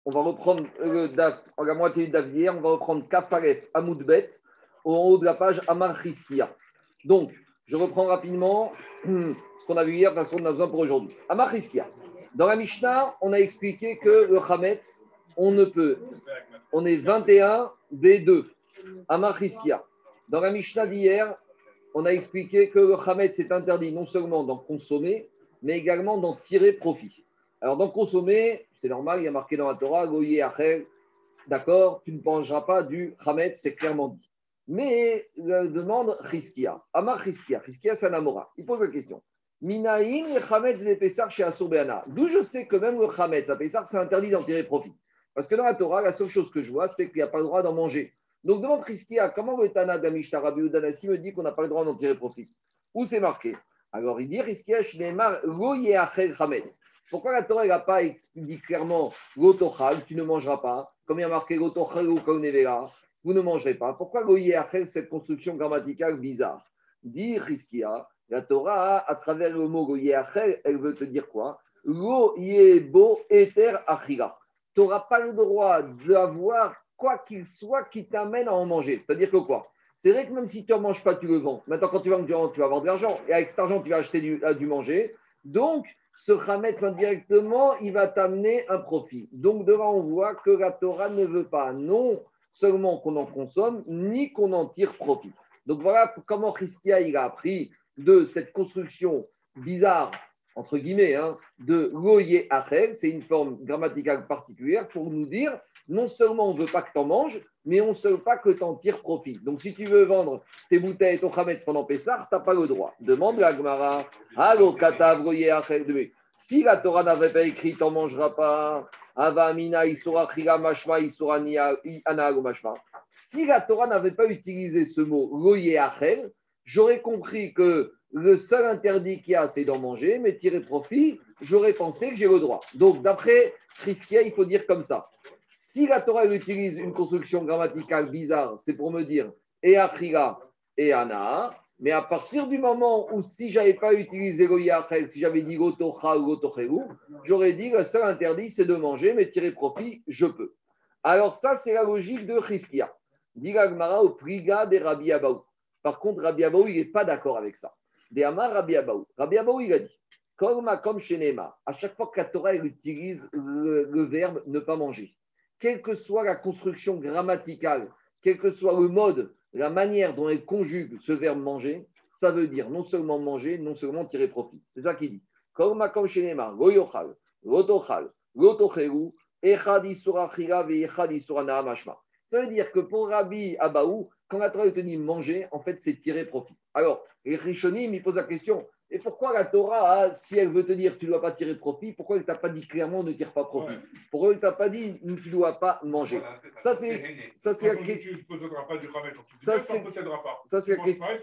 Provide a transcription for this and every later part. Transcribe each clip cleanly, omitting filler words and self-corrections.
On va reprendre le DAF, la moitié du DAF d'hier. On va reprendre Kafaref Amoudbet au haut de la page Amar Chiskia. Donc, je reprends rapidement ce qu'on a vu hier, de toute façon, on a besoin pour aujourd'hui. Amar Chiskia. Dans la Mishnah, on a expliqué que le Chametz, on ne peut. On est 21 B2. Amar Chiskia. Dans la Mishnah d'hier, on a expliqué que le Chametz est interdit non seulement d'en consommer, mais également d'en tirer profit. Alors, d'en consommer, c'est normal, il y a marqué dans la Torah, Goye Achel, d'accord, tu ne mangeras pas du Chametz, c'est clairement dit. Mais il demande Chiskia. Amar Chiskia, Chiskia Sanamora. Il pose la question. Minaïn, le Chametz le Pessar chez Assourbeana. D'où je sais que même le Chametz à Pessar, c'est interdit d'en tirer profit. Parce que dans la Torah, la seule chose que je vois, c'est qu'il n'y a pas le droit d'en manger. Donc, demande Chiskia, comment le Tana Gamishta Rabbi Udanassi me dit qu'on n'a pas le droit d'en tirer profit? Où c'est marqué? Alors, il dit Chiskia, Shneemar, Goye Achel Chametz. Pourquoi la Torah n'a pas dit clairement Gotochal, tu ne mangeras pas, comme il y a marqué Gotochal ou Kaunevera, vous ne mangerez pas. Pourquoi Goye Achel, cette construction grammaticale bizarre? Dit Chiskia, la Torah, à travers le mot Goye Achel, elle veut te dire quoi? Lo Yebo Eter Achila. Tu n'auras pas le droit d'avoir quoi qu'il soit qui t'amène à en manger. C'est-à-dire que quoi? C'est vrai que même si tu n'en manges pas, tu le vends. Maintenant, quand tu vends, tu vas avoir de l'argent. Et avec cet argent, tu vas acheter du manger. Donc, ce Chametz indirectement, il va t'amener un profit. Donc, devant, on voit que la Torah ne veut pas non seulement qu'on en consomme, ni qu'on en tire profit. Donc, voilà comment Chiskia il a appris de cette construction bizarre, entre guillemets, de Goye Achel. C'est une forme grammaticale particulière pour nous dire non seulement on ne veut pas que tu en manges, mais on ne veut pas que tu en tires profit. Donc, si tu veux vendre tes bouteilles et ton Chametz pendant Pessah, tu n'as pas le droit. Demande la Gemara. Allo Katav Goye Achel. Si la Torah n'avait pas écrit, tu n'en mangeras pas. Avamina Isura Chila Mashma Isura Anago Mashma. Si la Torah n'avait pas utilisé ce mot Goye Achel, j'aurais compris que le seul interdit qu'il y a, c'est d'en manger, mais tirer profit, j'aurais pensé que j'ai le droit. Donc, d'après Chiskia, il faut dire comme ça. Si la Torah utilise une construction grammaticale bizarre, c'est pour me dire et Achila et Ana. Mais à partir du moment où, si je n'avais pas utilisé Goye Achel, si j'avais dit Gotocha ou Gotochelu, j'aurais dit le seul interdit, c'est de manger, mais tirer profit, je peux. Alors, ça, c'est la logique de Chiskia. Dit la Gemara au Priga des Rabbi Abaou. Par contre, Rabbi Abaou, il n'est pas d'accord avec ça. Des Amar Rabbi Abaou. Rabbi Abaou, il a dit comme chez Nema, à chaque fois que la Torah elle utilise le verbe ne pas manger, quelle que soit la construction grammaticale, quel que soit le mode, la manière dont elle conjugue ce verbe manger, ça veut dire non seulement manger, non seulement tirer profit. C'est ça qu'il dit. Comme chez Nema, Goyochal, Gotochal, Gotochelu, Echad Isura Chila ve Echad Isura Naam Hashma. Ça veut dire que pour Rabbi Abaou, quand la Torah te dit manger, en fait, c'est tirer profit. Alors, les Rishonim, ils posent la question, et pourquoi la Torah, si elle veut te dire que tu ne dois pas tirer profit, pourquoi elle ne t'a pas dit clairement ne tire pas profit? Pourquoi elle ne t'a pas dit tu ne dois pas manger? Ça, c'est la question. Tu ne posséderas pas du Chametz. Ça, tu ne posséderas pas. Ça, c'est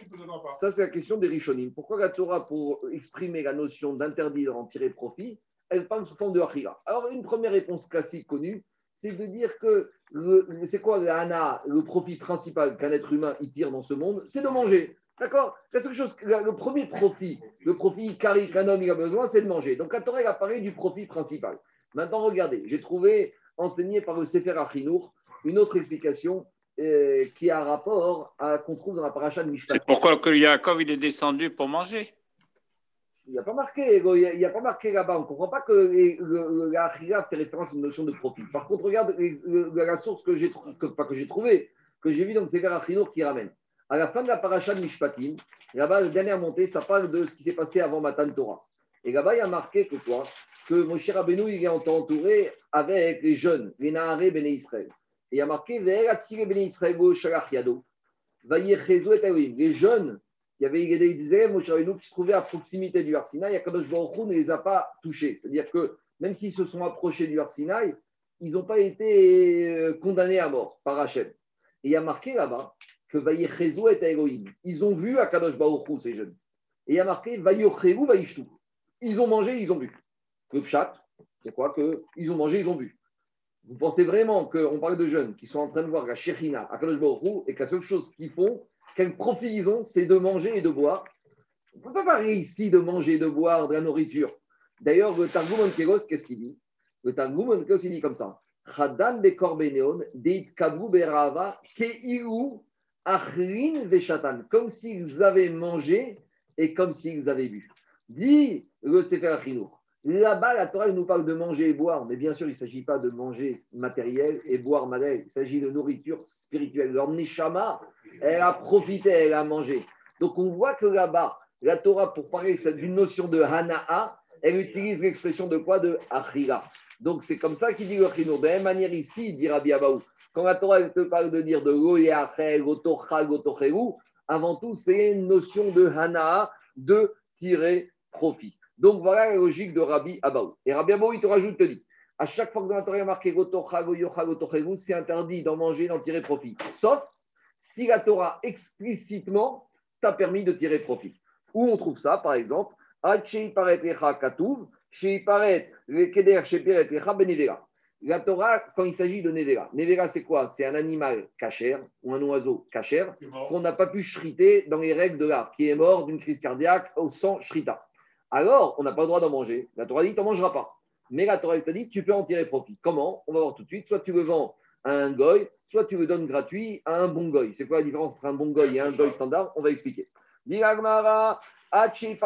la question des Rishonim. Pourquoi la Torah, pour exprimer la notion d'interdire en tirer profit, elle parle sous forme de Achila? Alors, une première réponse classique connue, c'est de dire que c'est quoi le profit principal qu'un être humain il tire dans ce monde? C'est de manger. D'accord? La seule chose, le premier profit, le profit qu'un homme il a besoin, c'est de manger. Donc, la Torah a parlé du profit principal. Maintenant, regardez, j'ai trouvé, enseigné par le Sefer Achinour, une autre explication qui a un rapport qu'on trouve dans la paracha de Mishpat. C'est pourquoi que Yaakov il est descendu pour manger. Il n'y a pas marqué là-bas. On ne comprend pas que la Achila fait référence à une notion de profit. Par contre, regarde la source que j'ai trouvée, que j'ai vue dans le Sefer Achinour qui ramène. À la fin de la paracha de Mishpatim, là-bas, la dernière montée, ça parle de ce qui s'est passé avant Matan Torah. Et là-bas, il y a marqué que Moshe Rabbeinu, il est entouré avec les jeunes, les Naharé Bene Israël. Et il y a marqué Bene Israël Shalach Yado. Les jeunes, il y avait des élèves Moshe Rabbeinu qui se trouvaient à proximité du Har Sinaï, et Kadosh Baruch Hu ne les a pas touchés. C'est-à-dire que même s'ils se sont approchés du Har Sinaï, ils n'ont pas été condamnés à mort par Hachem. Et il y a marqué là-bas que Vayechezu et Elohim. Ils ont vu Akadosh Baruch Hu, ces jeunes. Et il y a marqué Vayochevu Vayishtu. Ils ont mangé, ils ont bu. Le pshat, c'est quoi? Qu'ils ont mangé, ils ont bu. Vous pensez vraiment qu'on parle de jeunes qui sont en train de voir la Shechina, Akadosh Baruch Hu, et que la seule chose qu'ils font, quel profit ils ont, c'est de manger et de boire? On ne peut pas parler ici de manger et de boire de la nourriture. D'ailleurs, le Targum Onkelos, qu'est-ce qu'il dit? Le Targum Onkelos, il dit comme ça. Chadan bekorbeneon, deit kabou berava, keilu, achrin veshatan. Comme s'ils avaient mangé et comme s'ils avaient bu. Dit le Sefer Achinour. Là-bas, la Torah nous parle de manger et boire, mais bien sûr, il ne s'agit pas de manger matériel et boire matériel. Il s'agit de nourriture spirituelle. Leur Neshama, elle a profité, elle a mangé. Donc, on voit que là-bas, la Torah, pour parler d'une notion de Hana'a, elle utilise l'expression de quoi? De Achila. Donc, c'est comme ça qu'il dit le Achinour. De la même manière, ici, dit Rabbi Abaou, quand la Torah elle te parle de dire de Loyachel, Gotochal, Gotocheru, avant tout, c'est une notion de Hana'a, de tirer profit. Donc voilà la logique de Rabbi Abaou. Et Rabbi Abaou, il te rajoute, te dit, à chaque fois que dans la Torah il y a marqué Gotocha, Goyocha, Gotocheru, c'est interdit d'en manger, d'en tirer profit. Sauf si la Torah explicitement t'a permis de tirer profit. Où on trouve ça, par exemple, la Torah, quand il s'agit de Nevera. Nevera, c'est quoi? C'est un animal cachère ou un oiseau cachère qu'on n'a pas pu shriter dans les règles de l'art, qui est mort d'une crise cardiaque au sang shrita. Alors, on n'a pas le droit d'en manger. La Torah dit, tu n'en mangeras pas. Mais la Torah te dit, tu peux en tirer profit. Comment? On va voir tout de suite. Soit tu le vends à un goy, soit tu le donnes gratuit à un bon goy. C'est quoi la différence entre un bon goy et un goy standard? On va expliquer. Il y a marqué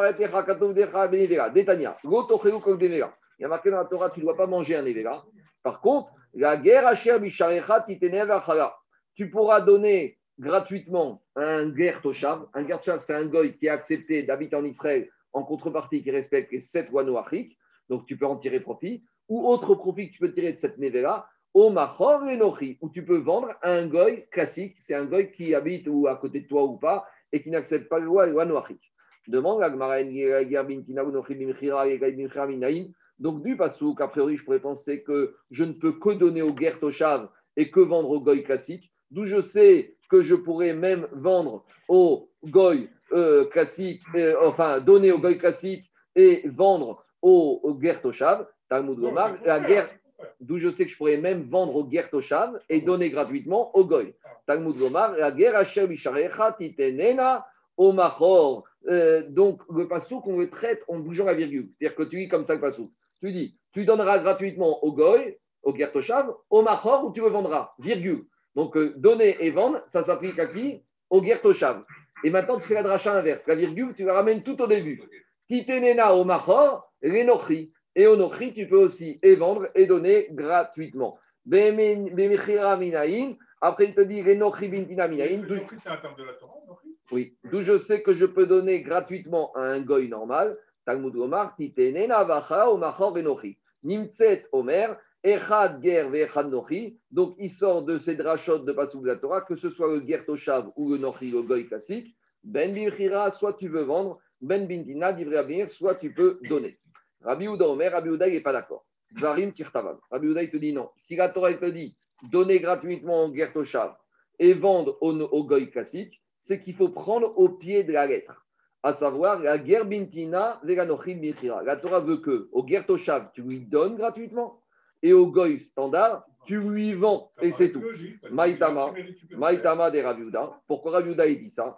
dans la Torah, tu ne dois pas manger un nevera. Par contre, la guerre tu pourras donner gratuitement un guerre toshav. Un guerre toshav, c'est un goy qui a accepté d'habiter en Israël en contrepartie qui respecte les 7 lois noachiques. Donc tu peux en tirer profit. Ou autre profit que tu peux tirer de cette nevera, au machor et nochi, où tu peux vendre à un goy classique. C'est un goy qui habite ou à côté de toi ou pas et qui n'accepte pas les lois noachiques. Demande la Gemara. Donc, du pasouk, a priori, je pourrais penser que je ne peux que donner au guerre toshav et que vendre au goy classique. D'où je sais que je pourrais même vendre au goy classique, enfin, donner au goy classique et vendre au guerre toshav. Talmud Gomar, la guerre, d'où je sais que je pourrais même vendre au guerre toshav et donner gratuitement au goy. Talmud Gomar, la guerre Asher Bisharecha Titenena au Machor. Donc, le pasouk, on le traite en bougeant la virgule. C'est-à-dire que tu lis comme ça le pasouk. Tu dis, tu donneras gratuitement au goy, au guerre toshav, au machor où tu le vendras, virgule. Donc, donner et vendre, ça s'applique à qui? Au guerre toshav. Et maintenant, tu fais la dracha inverse. La virgule, tu la ramènes tout au début. Titenena au machor, l'enochi. Et au nochi, tu peux aussi et vendre et donner gratuitement. Bemichira minaïn. Après, il te dit l'enochi bintina minaïn. L'enochi, c'est un terme de la Torah, oui. D'où je sais que je peux donner gratuitement à un goy normal. Talmud Gomar, Titenena vacha o machor enochi. Nimtzet omer, echad ger ve'echad nochi. Donc, il sort de ces drachot de Passouk de la Torah, que ce soit le ger toshav ou le nochi, le goy classique. Ben bimchira, soit tu veux vendre, ben bintina, divrei abir, soit tu peux donner. Rabbi Ouda omer, Rabbi Ouda, il n'est pas d'accord. Dvarim kirtavam. Rabbi Ouda, il te dit non. Si la Torah, te dit donner gratuitement au ger toshav et vendre au goy classique, c'est qu'il faut prendre au pied de la lettre. À savoir, la guerre bintina, veganochim b'chira. La Torah veut que au guerre toshav, tu lui donnes gratuitement et au goy standard, tu lui vends. Et c'est tout. Maïtama de Rabbi Ouda. Pourquoi Rabbi Ouda il dit ça?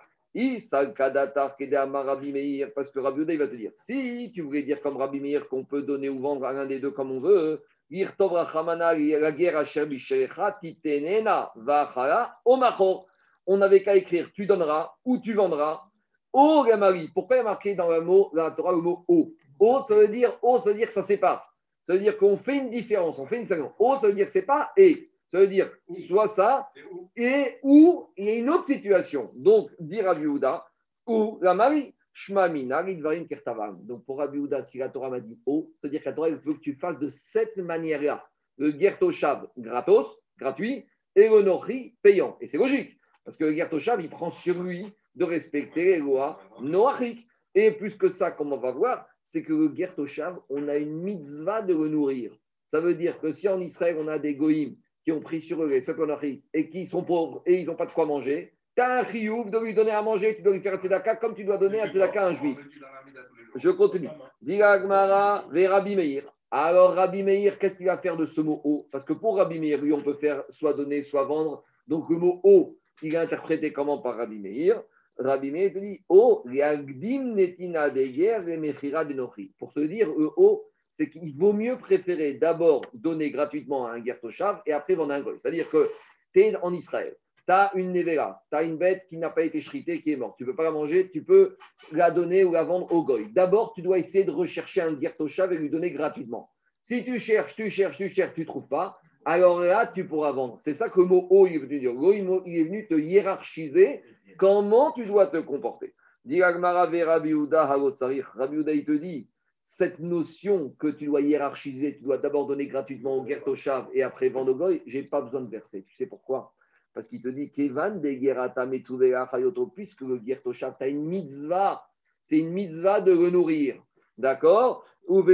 Parce que Rabbi Ouda il va te dire, si tu voulais dire comme Rabbi Meir qu'on peut donner ou vendre à l'un des deux comme on veut, la guerre Asher b'sherecha titenena v'achala o machor. On n'avait qu'à écrire tu donneras ou tu vendras au gamari. Pourquoi il y a marqué dans la Torah le mot o? O, ça veut dire que ça sépare. Ça veut dire qu'on fait une différence, on fait une séquence. O, ça veut dire que c'est pas et. Ça veut dire soit ça et ou il y a une autre situation. Donc, dire Rabbi Yehuda ou la Marie. Donc, pour Rabbi Yehuda, si la Torah m'a dit o, ça veut dire que la Torah veut que tu fasses de cette manière-là. Le ger toshav gratos, gratuit, et le nochi payant. Et c'est logique. Parce que le ger toshav, il prend sur lui de respecter les lois noachiques. Et plus que ça, comme on va voir, c'est que le ger toshav, on a une mitzvah de le nourrir. Ça veut dire que si en Israël, on a des goïms qui ont pris sur eux les 7 noachiques et qui sont pauvres et ils n'ont pas de quoi manger, tu as un chiyuv de lui donner à manger, tu dois lui faire un tzedaka comme tu dois donner un tzedaka à un juif. Je continue. Diga Gmara, ve Rabbi Meir. Alors, Rabbi Meir, qu'est-ce qu'il va faire de ce mot O? Parce que pour Rabbi Meir, lui, on peut faire soit donner, soit vendre. Donc, le mot O, il est interprété comment par Rabbi Meir? Rabbi Meir te dit O, liagdim netina de guerre et mechira de nochi. Pour te dire, O, c'est qu'il vaut mieux préférer d'abord donner gratuitement à un guer toshav et après vendre à un goy. C'est-à-dire que tu es en Israël, tu as une nevera, tu as une bête qui n'a pas été shritée, qui est morte. Tu ne peux pas la manger, tu peux la donner ou la vendre au goy. D'abord, tu dois essayer de rechercher un guer toshav et lui donner gratuitement. Si tu cherches, tu ne trouves pas, alors là, tu pourras vendre. C'est ça que le mot O, il est venu dire. Il est venu te hiérarchiser comment tu dois te comporter. Rabbi Yehuda, il te dit, cette notion que tu dois hiérarchiser, tu dois d'abord donner gratuitement au guer toshav et après vendre au goy, je n'ai pas besoin de verser. Tu sais pourquoi? Parce qu'il te dit, Kevan de gerata metzuvela chayoto, puisque le guer toshav, tu as une mitzvah. C'est une mitzvah de le nourrir. D'accord?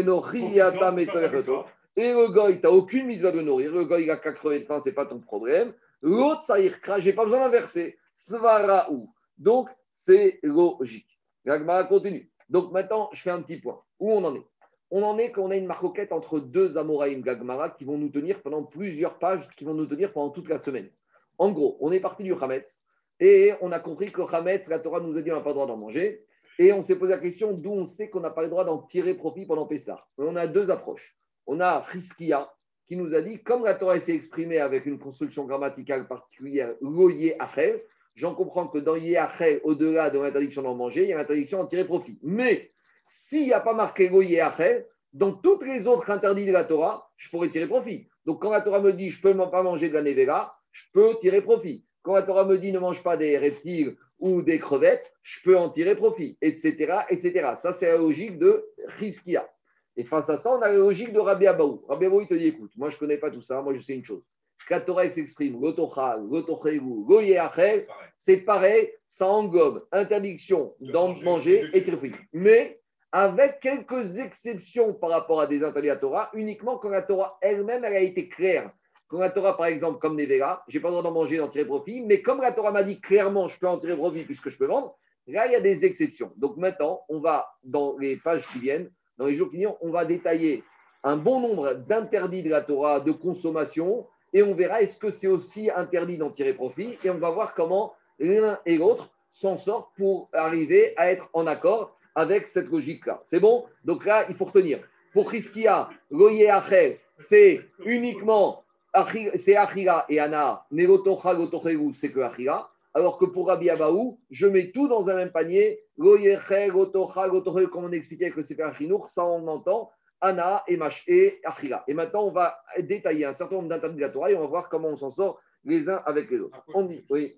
Et le goy, tu n'as aucune mitzvah de nourrir. Le goy, il a 4 crever de faim, ce n'est pas ton problème. L'autre, ça y je n'ai pas besoin d'inverser. Svaraou. Donc, c'est logique. L'Agmara continue. Donc, maintenant, je fais un petit point. Où on en est? On en est qu'on a une marcoquette entre deux Amoraïm Gagmara qui vont nous tenir pendant plusieurs pages, qui vont nous tenir pendant toute la semaine. En gros, on est parti du Hametz et on a compris que Hametz, la Torah nous a dit qu'on n'a pas le droit d'en manger. Et on s'est posé la question d'où on sait qu'on n'a pas le droit d'en tirer profit pendant Pessah. On a deux approches. On a Chizkia qui nous a dit, comme la Torah s'est exprimée avec une construction grammaticale particulière, loyer achel, j'en comprends que dans Yéachel, au-delà de l'interdiction d'en manger, il y a l'interdiction d'en tirer profit. Mais s'il n'y a pas marqué loyer achel, dans toutes les autres interdits de la Torah, je pourrais tirer profit. Donc quand la Torah me dit, je ne peux pas manger de la nevera, je peux tirer profit. Quand la Torah me dit, ne mange pas des reptiles ou des crevettes, je peux en tirer profit, etc., etc. Ça, c'est la logique de Chizkia. Et face à ça, on a la logique de Rabbi Abaou. Rabbi Abaou, il te dit, écoute, moi, je ne connais pas tout ça, moi, je sais une chose. Quand la Torah s'exprime, l'otochal, l'otochelu, l'oyéachel, c'est pareil, ça englobe interdiction d'en manger et tirer profit. Mais avec quelques exceptions par rapport à des interdits à la Torah, uniquement quand la Torah elle-même, elle a été claire. Quand la Torah, par exemple, comme Nevera, je n'ai pas le droit d'en manger, d'en tirer profit, mais comme la Torah m'a dit clairement, je peux en tirer profit puisque je peux vendre, là, il y a des exceptions. Donc maintenant, on va, dans les pages qui viennent, dans les jours qui viennent, on va détailler un bon nombre d'interdits de la Torah, de consommation, et on verra est-ce que c'est aussi interdit d'en tirer profit, et on va voir comment l'un et l'autre s'en sortent pour arriver à être en accord avec cette logique-là. C'est bon? Donc là, il faut retenir. Pour Chizkia, Loye Achel, c'est uniquement c'est Achila et Ana, Negotocha, Gotochegu, c'est que Achila. Alors que pour Rabbi Abaou, je mets tout dans un même panier. Loyeche, Gotocha, Gotochegu, comme on expliquait avec le Sefer Achinour, ça on entend, Ana et Mash et Achila. Et maintenant, on va détailler un certain nombre d'interdits de la Torah et on va voir comment on s'en sort les uns avec les autres. On dit, oui.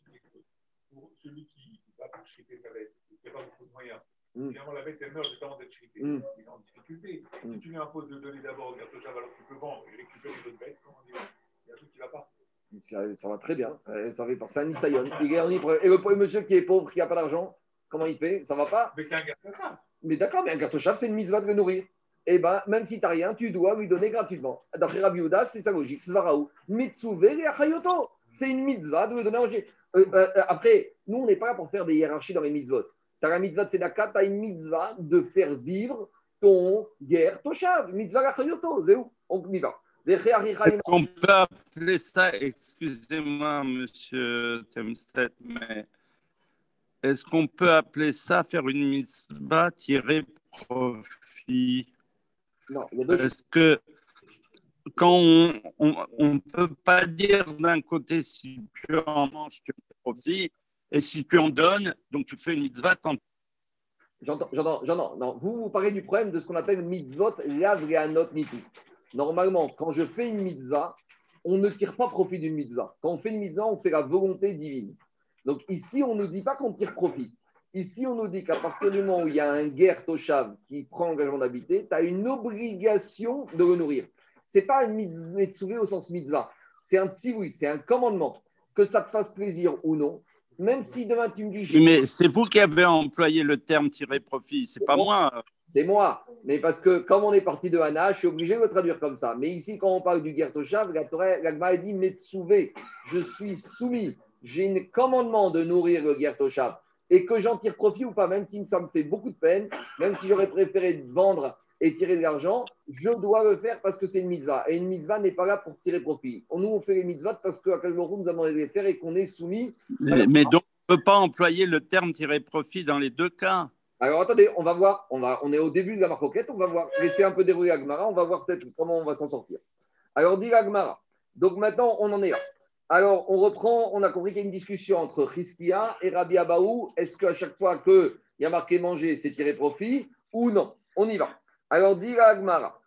Pour celui qui va pour chriter sa bête, il n'y a pas beaucoup de moyens. Finalement, la bête, elle meurt juste avant d'être chritée. Il est en difficulté. Si tu lui imposes de donner d'abord au guer toshav alors que tu peux vendre et récupérer d'autres bêtes, comment dire, il y a un truc qui ne va pas. Ça va très bien. Ça fait par ça, Nisayon. Et le monsieur qui est pauvre, qui n'a pas d'argent, comment il fait? Ça ne va pas? Mais c'est un guer toshav. Mais d'accord, mais un guer toshav, c'est une mitzvah de le nourrir. Eh bien, même si tu n'as rien, tu dois lui donner gratuitement. D'après Rabbi Yehuda, c'est sa logique. Svaraou. Mitsuvé et achayoto. C'est une mitzvah de lui donner à manger. Après, nous, on n'est pas là pour faire des hiérarchies dans les mitzvot. Tu as la mitzvah de Tzedaka, tu as une mitzvah de faire vivre ton guer toshav. Mitzvah achayoto. C'est où? On y va. Est-ce qu'on peut appeler ça, excusez-moi, monsieur Temstedt, mais est-ce qu'on peut appeler ça faire une mitzvah tirer profit? Non, il y a deux choses. Est-ce que quand on ne peut pas dire d'un côté si tu en manges, tu fais profit, et si tu en donnes, donc tu fais une mitzvah, J'entends. Non, vous parlez du problème de ce qu'on appelle mitzvot, lavrianot nitu. Normalement, quand je fais une mitzvah, on ne tire pas profit d'une mitzvah. Quand on fait une mitzvah, on fait la volonté divine. Donc ici, on ne nous dit pas qu'on tire profit. Ici, on nous dit qu'à partir du moment où il y a un guer toshav qui prend l'engagement d'habiter, tu as une obligation de le nourrir. Ce n'est pas un mitzvah au sens mitzvah. C'est un tzivoui, c'est un commandement. Que ça te fasse plaisir ou non, même si demain tu me dis… Mais c'est vous qui avez employé le terme tirer profit, c'est pas moi. C'est moi. Mais parce que comme on est parti de Hana, je suis obligé de le traduire comme ça. Mais ici, quand on parle du guer toshav, la Gemara dit Metsouvé, je suis soumis. J'ai un commandement de nourrir le guer toshav. Et que j'en tire profit ou pas, même si ça me fait beaucoup de peine, même si j'aurais préféré vendre et tirer de l'argent, je dois le faire parce que c'est une mitzvah. Et une mitzvah n'est pas là pour tirer profit. Nous, on fait les mitzvahs parce qu'Akadosh Baruch Hu nous a demandé de les faire et qu'on est soumis. Mais donc, on ne peut pas employer le terme tirer profit dans les deux cas. Alors attendez, on va voir. On est au début de la marcoquette, on va voir. Laissez un peu dérouler la Gemara, on va voir peut-être comment on va s'en sortir. Alors dit la Gemara. Donc maintenant, on en est là. Alors on reprend, on a compris qu'il y a une discussion entre Chizkia et Rabbi Abaou. Est-ce qu'à chaque fois qu'il y a marqué manger, c'est tirer profit ou non? On y va. Alors dit la Gemara.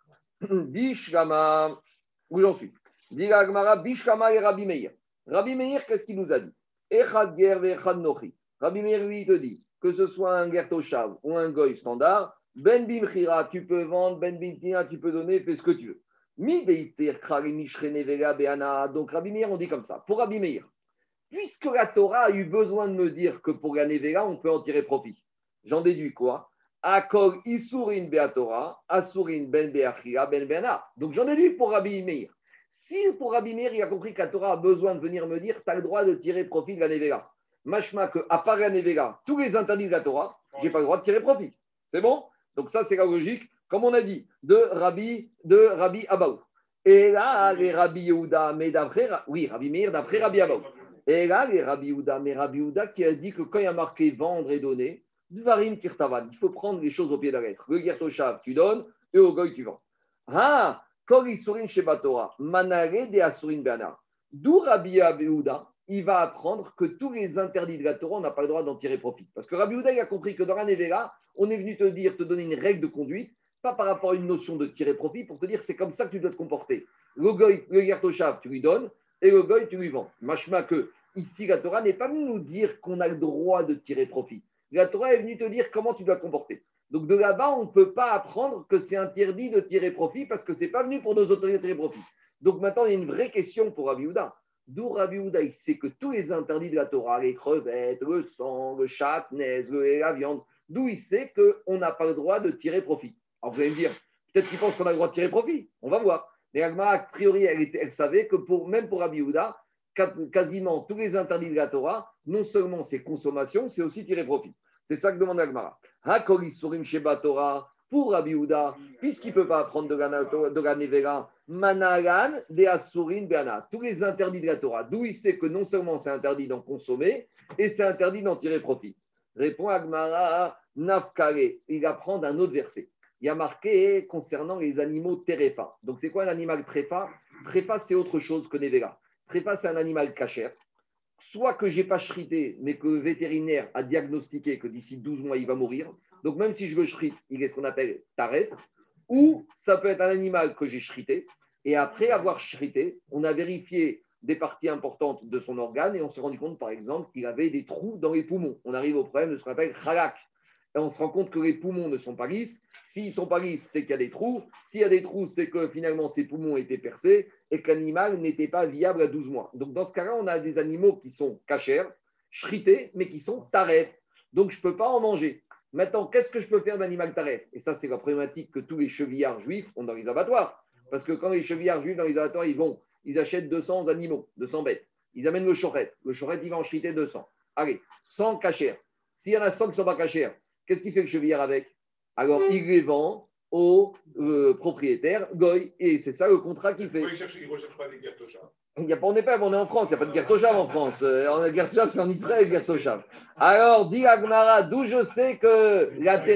Bishlama, où j'en suis? Dit la Gemara, Bishlama et Rabbi Meir. Rabbi Meir, qu'est-ce qu'il nous a dit? Echad ger ve'echad nochi. Rabbi Meir, lui, il te dit que ce soit un gertoshav ou un goy standard, ben bimchira, tu peux vendre, ben bimchira, tu peux donner, fais ce que tu veux. Mi veitir krari mishrene vega beana. Donc Rabbi Meir, on dit comme ça. Pour Rabbi Meir, puisque la Torah a eu besoin de me dire que pour la nevela, on peut en tirer profit, j'en déduis quoi? Akol isurin beatora, asurin ben beachira, ben beana. Donc j'en déduis pour Rabbi Meir. Si pour Rabbi Meir, il a compris que la Torah a besoin de venir me dire, tu as le droit de tirer profit de la nevela. Machma que, à part la nevela, tous les interdits de la Torah, je n'ai pas le droit de tirer profit. C'est bon? Donc ça, c'est la logique, comme on a dit, de Rabbi Abaou. Et là, les Rabbi Yehuda, mais d'après, oui, Rabbi Meir, d'après Rabbi Abaou. Et là, les Rabbi Yehuda, mais Rabbi Yehuda qui a dit que quand il y a marqué vendre et donner, Dvarim Kirtavan, il faut prendre les choses au pied de la lettre. Le Gertoshav, tu donnes, et au Goy, tu vends. Ah, Kol Isurin Sheba Torah, Manare de Asurin Bana. D'où Rabbi Yehuda, il va apprendre que tous les interdits de la Torah, on n'a pas le droit d'en tirer profit. Parce que Rabbi Yehuda, il a compris que dans la Nevela, on est venu te donner une règle de conduite, pas par rapport à une notion de tirer profit, pour te dire c'est comme ça que tu dois te comporter. Le Goy, le Gertoshav, tu lui donnes, et le Goy, tu lui vends. Machma que, ici, la Torah n'est pas venue nous dire qu'on a le droit de tirer profit. La Torah est venue te dire comment tu dois te comporter. Donc de là-bas, on ne peut pas apprendre que c'est interdit de tirer profit parce que ce n'est pas venu pour nos autorités de tirer profit. Donc maintenant, il y a une vraie question pour Rabbi Yehuda. D'où Rabbi Yehuda, il sait que tous les interdits de la Torah, les crevettes, le sang, le chatnez, la viande, d'où il sait qu'on n'a pas le droit de tirer profit. Alors vous allez me dire, peut-être qu'il pense qu'on a le droit de tirer profit. On va voir. Mais Agma, a priori, elle savait que même pour Rabbi Yehuda, quasiment tous les interdits de la Torah, non seulement c'est consommation, c'est aussi tirer profit. C'est ça que demande Agmara. Hakol isurim sheba Torah, pour Rabbi Yehuda, puisqu'il ne peut pas apprendre de la nevela, managan de asurin beana. Tous les interdits de la Torah, d'où il sait que non seulement c'est interdit d'en consommer, et c'est interdit d'en tirer profit. Répond Agmara, nafkare. Il apprend d'un autre verset. Il y a marqué concernant les animaux terefa. Donc c'est quoi un animal trefa? Trefa, c'est autre chose que nevela. Trefa, c'est un animal cachère. Soit que je n'ai pas shrité, mais que le vétérinaire a diagnostiqué que d'ici 12 mois, il va mourir. Donc, même si je veux shrite, il est ce qu'on appelle taref. Ou ça peut être un animal que j'ai shrité. Et après avoir shrité, on a vérifié des parties importantes de son organe et on s'est rendu compte, par exemple, qu'il avait des trous dans les poumons. On arrive au problème de ce qu'on appelle khalak. Et on se rend compte que les poumons ne sont pas lisses. S'ils ne sont pas lisses, c'est qu'il y a des trous. S'il y a des trous, c'est que finalement, ses poumons étaient percés et que l'animal n'était pas viable à 12 mois. Donc, dans ce cas-là, on a des animaux qui sont cachers, shrités, mais qui sont taref. Donc, je ne peux pas en manger. Maintenant, qu'est-ce que je peux faire d'animal taref? Et ça, c'est la problématique que tous les chevillards juifs ont dans les abattoirs. Parce que quand les chevillards juifs dans les abattoirs, ils achètent 200 animaux, 200 bêtes. Ils amènent le choret. Le choret, il va en shriter 200. Allez, 100 cachers. S'il y en a 100 qui ne sont pas cachers, qu'est-ce qu'il fait le chevillard avec? Alors, il les vend aux propriétaires, Goy, et c'est ça le contrat qu'il fait. Il ne recherche pas des Gertoshav. On est en France, il n'y a pas de Gertoshav en France. Gertoshav, c'est en Israël, Gertoshav. Alors, dit Agmara, d'où je sais que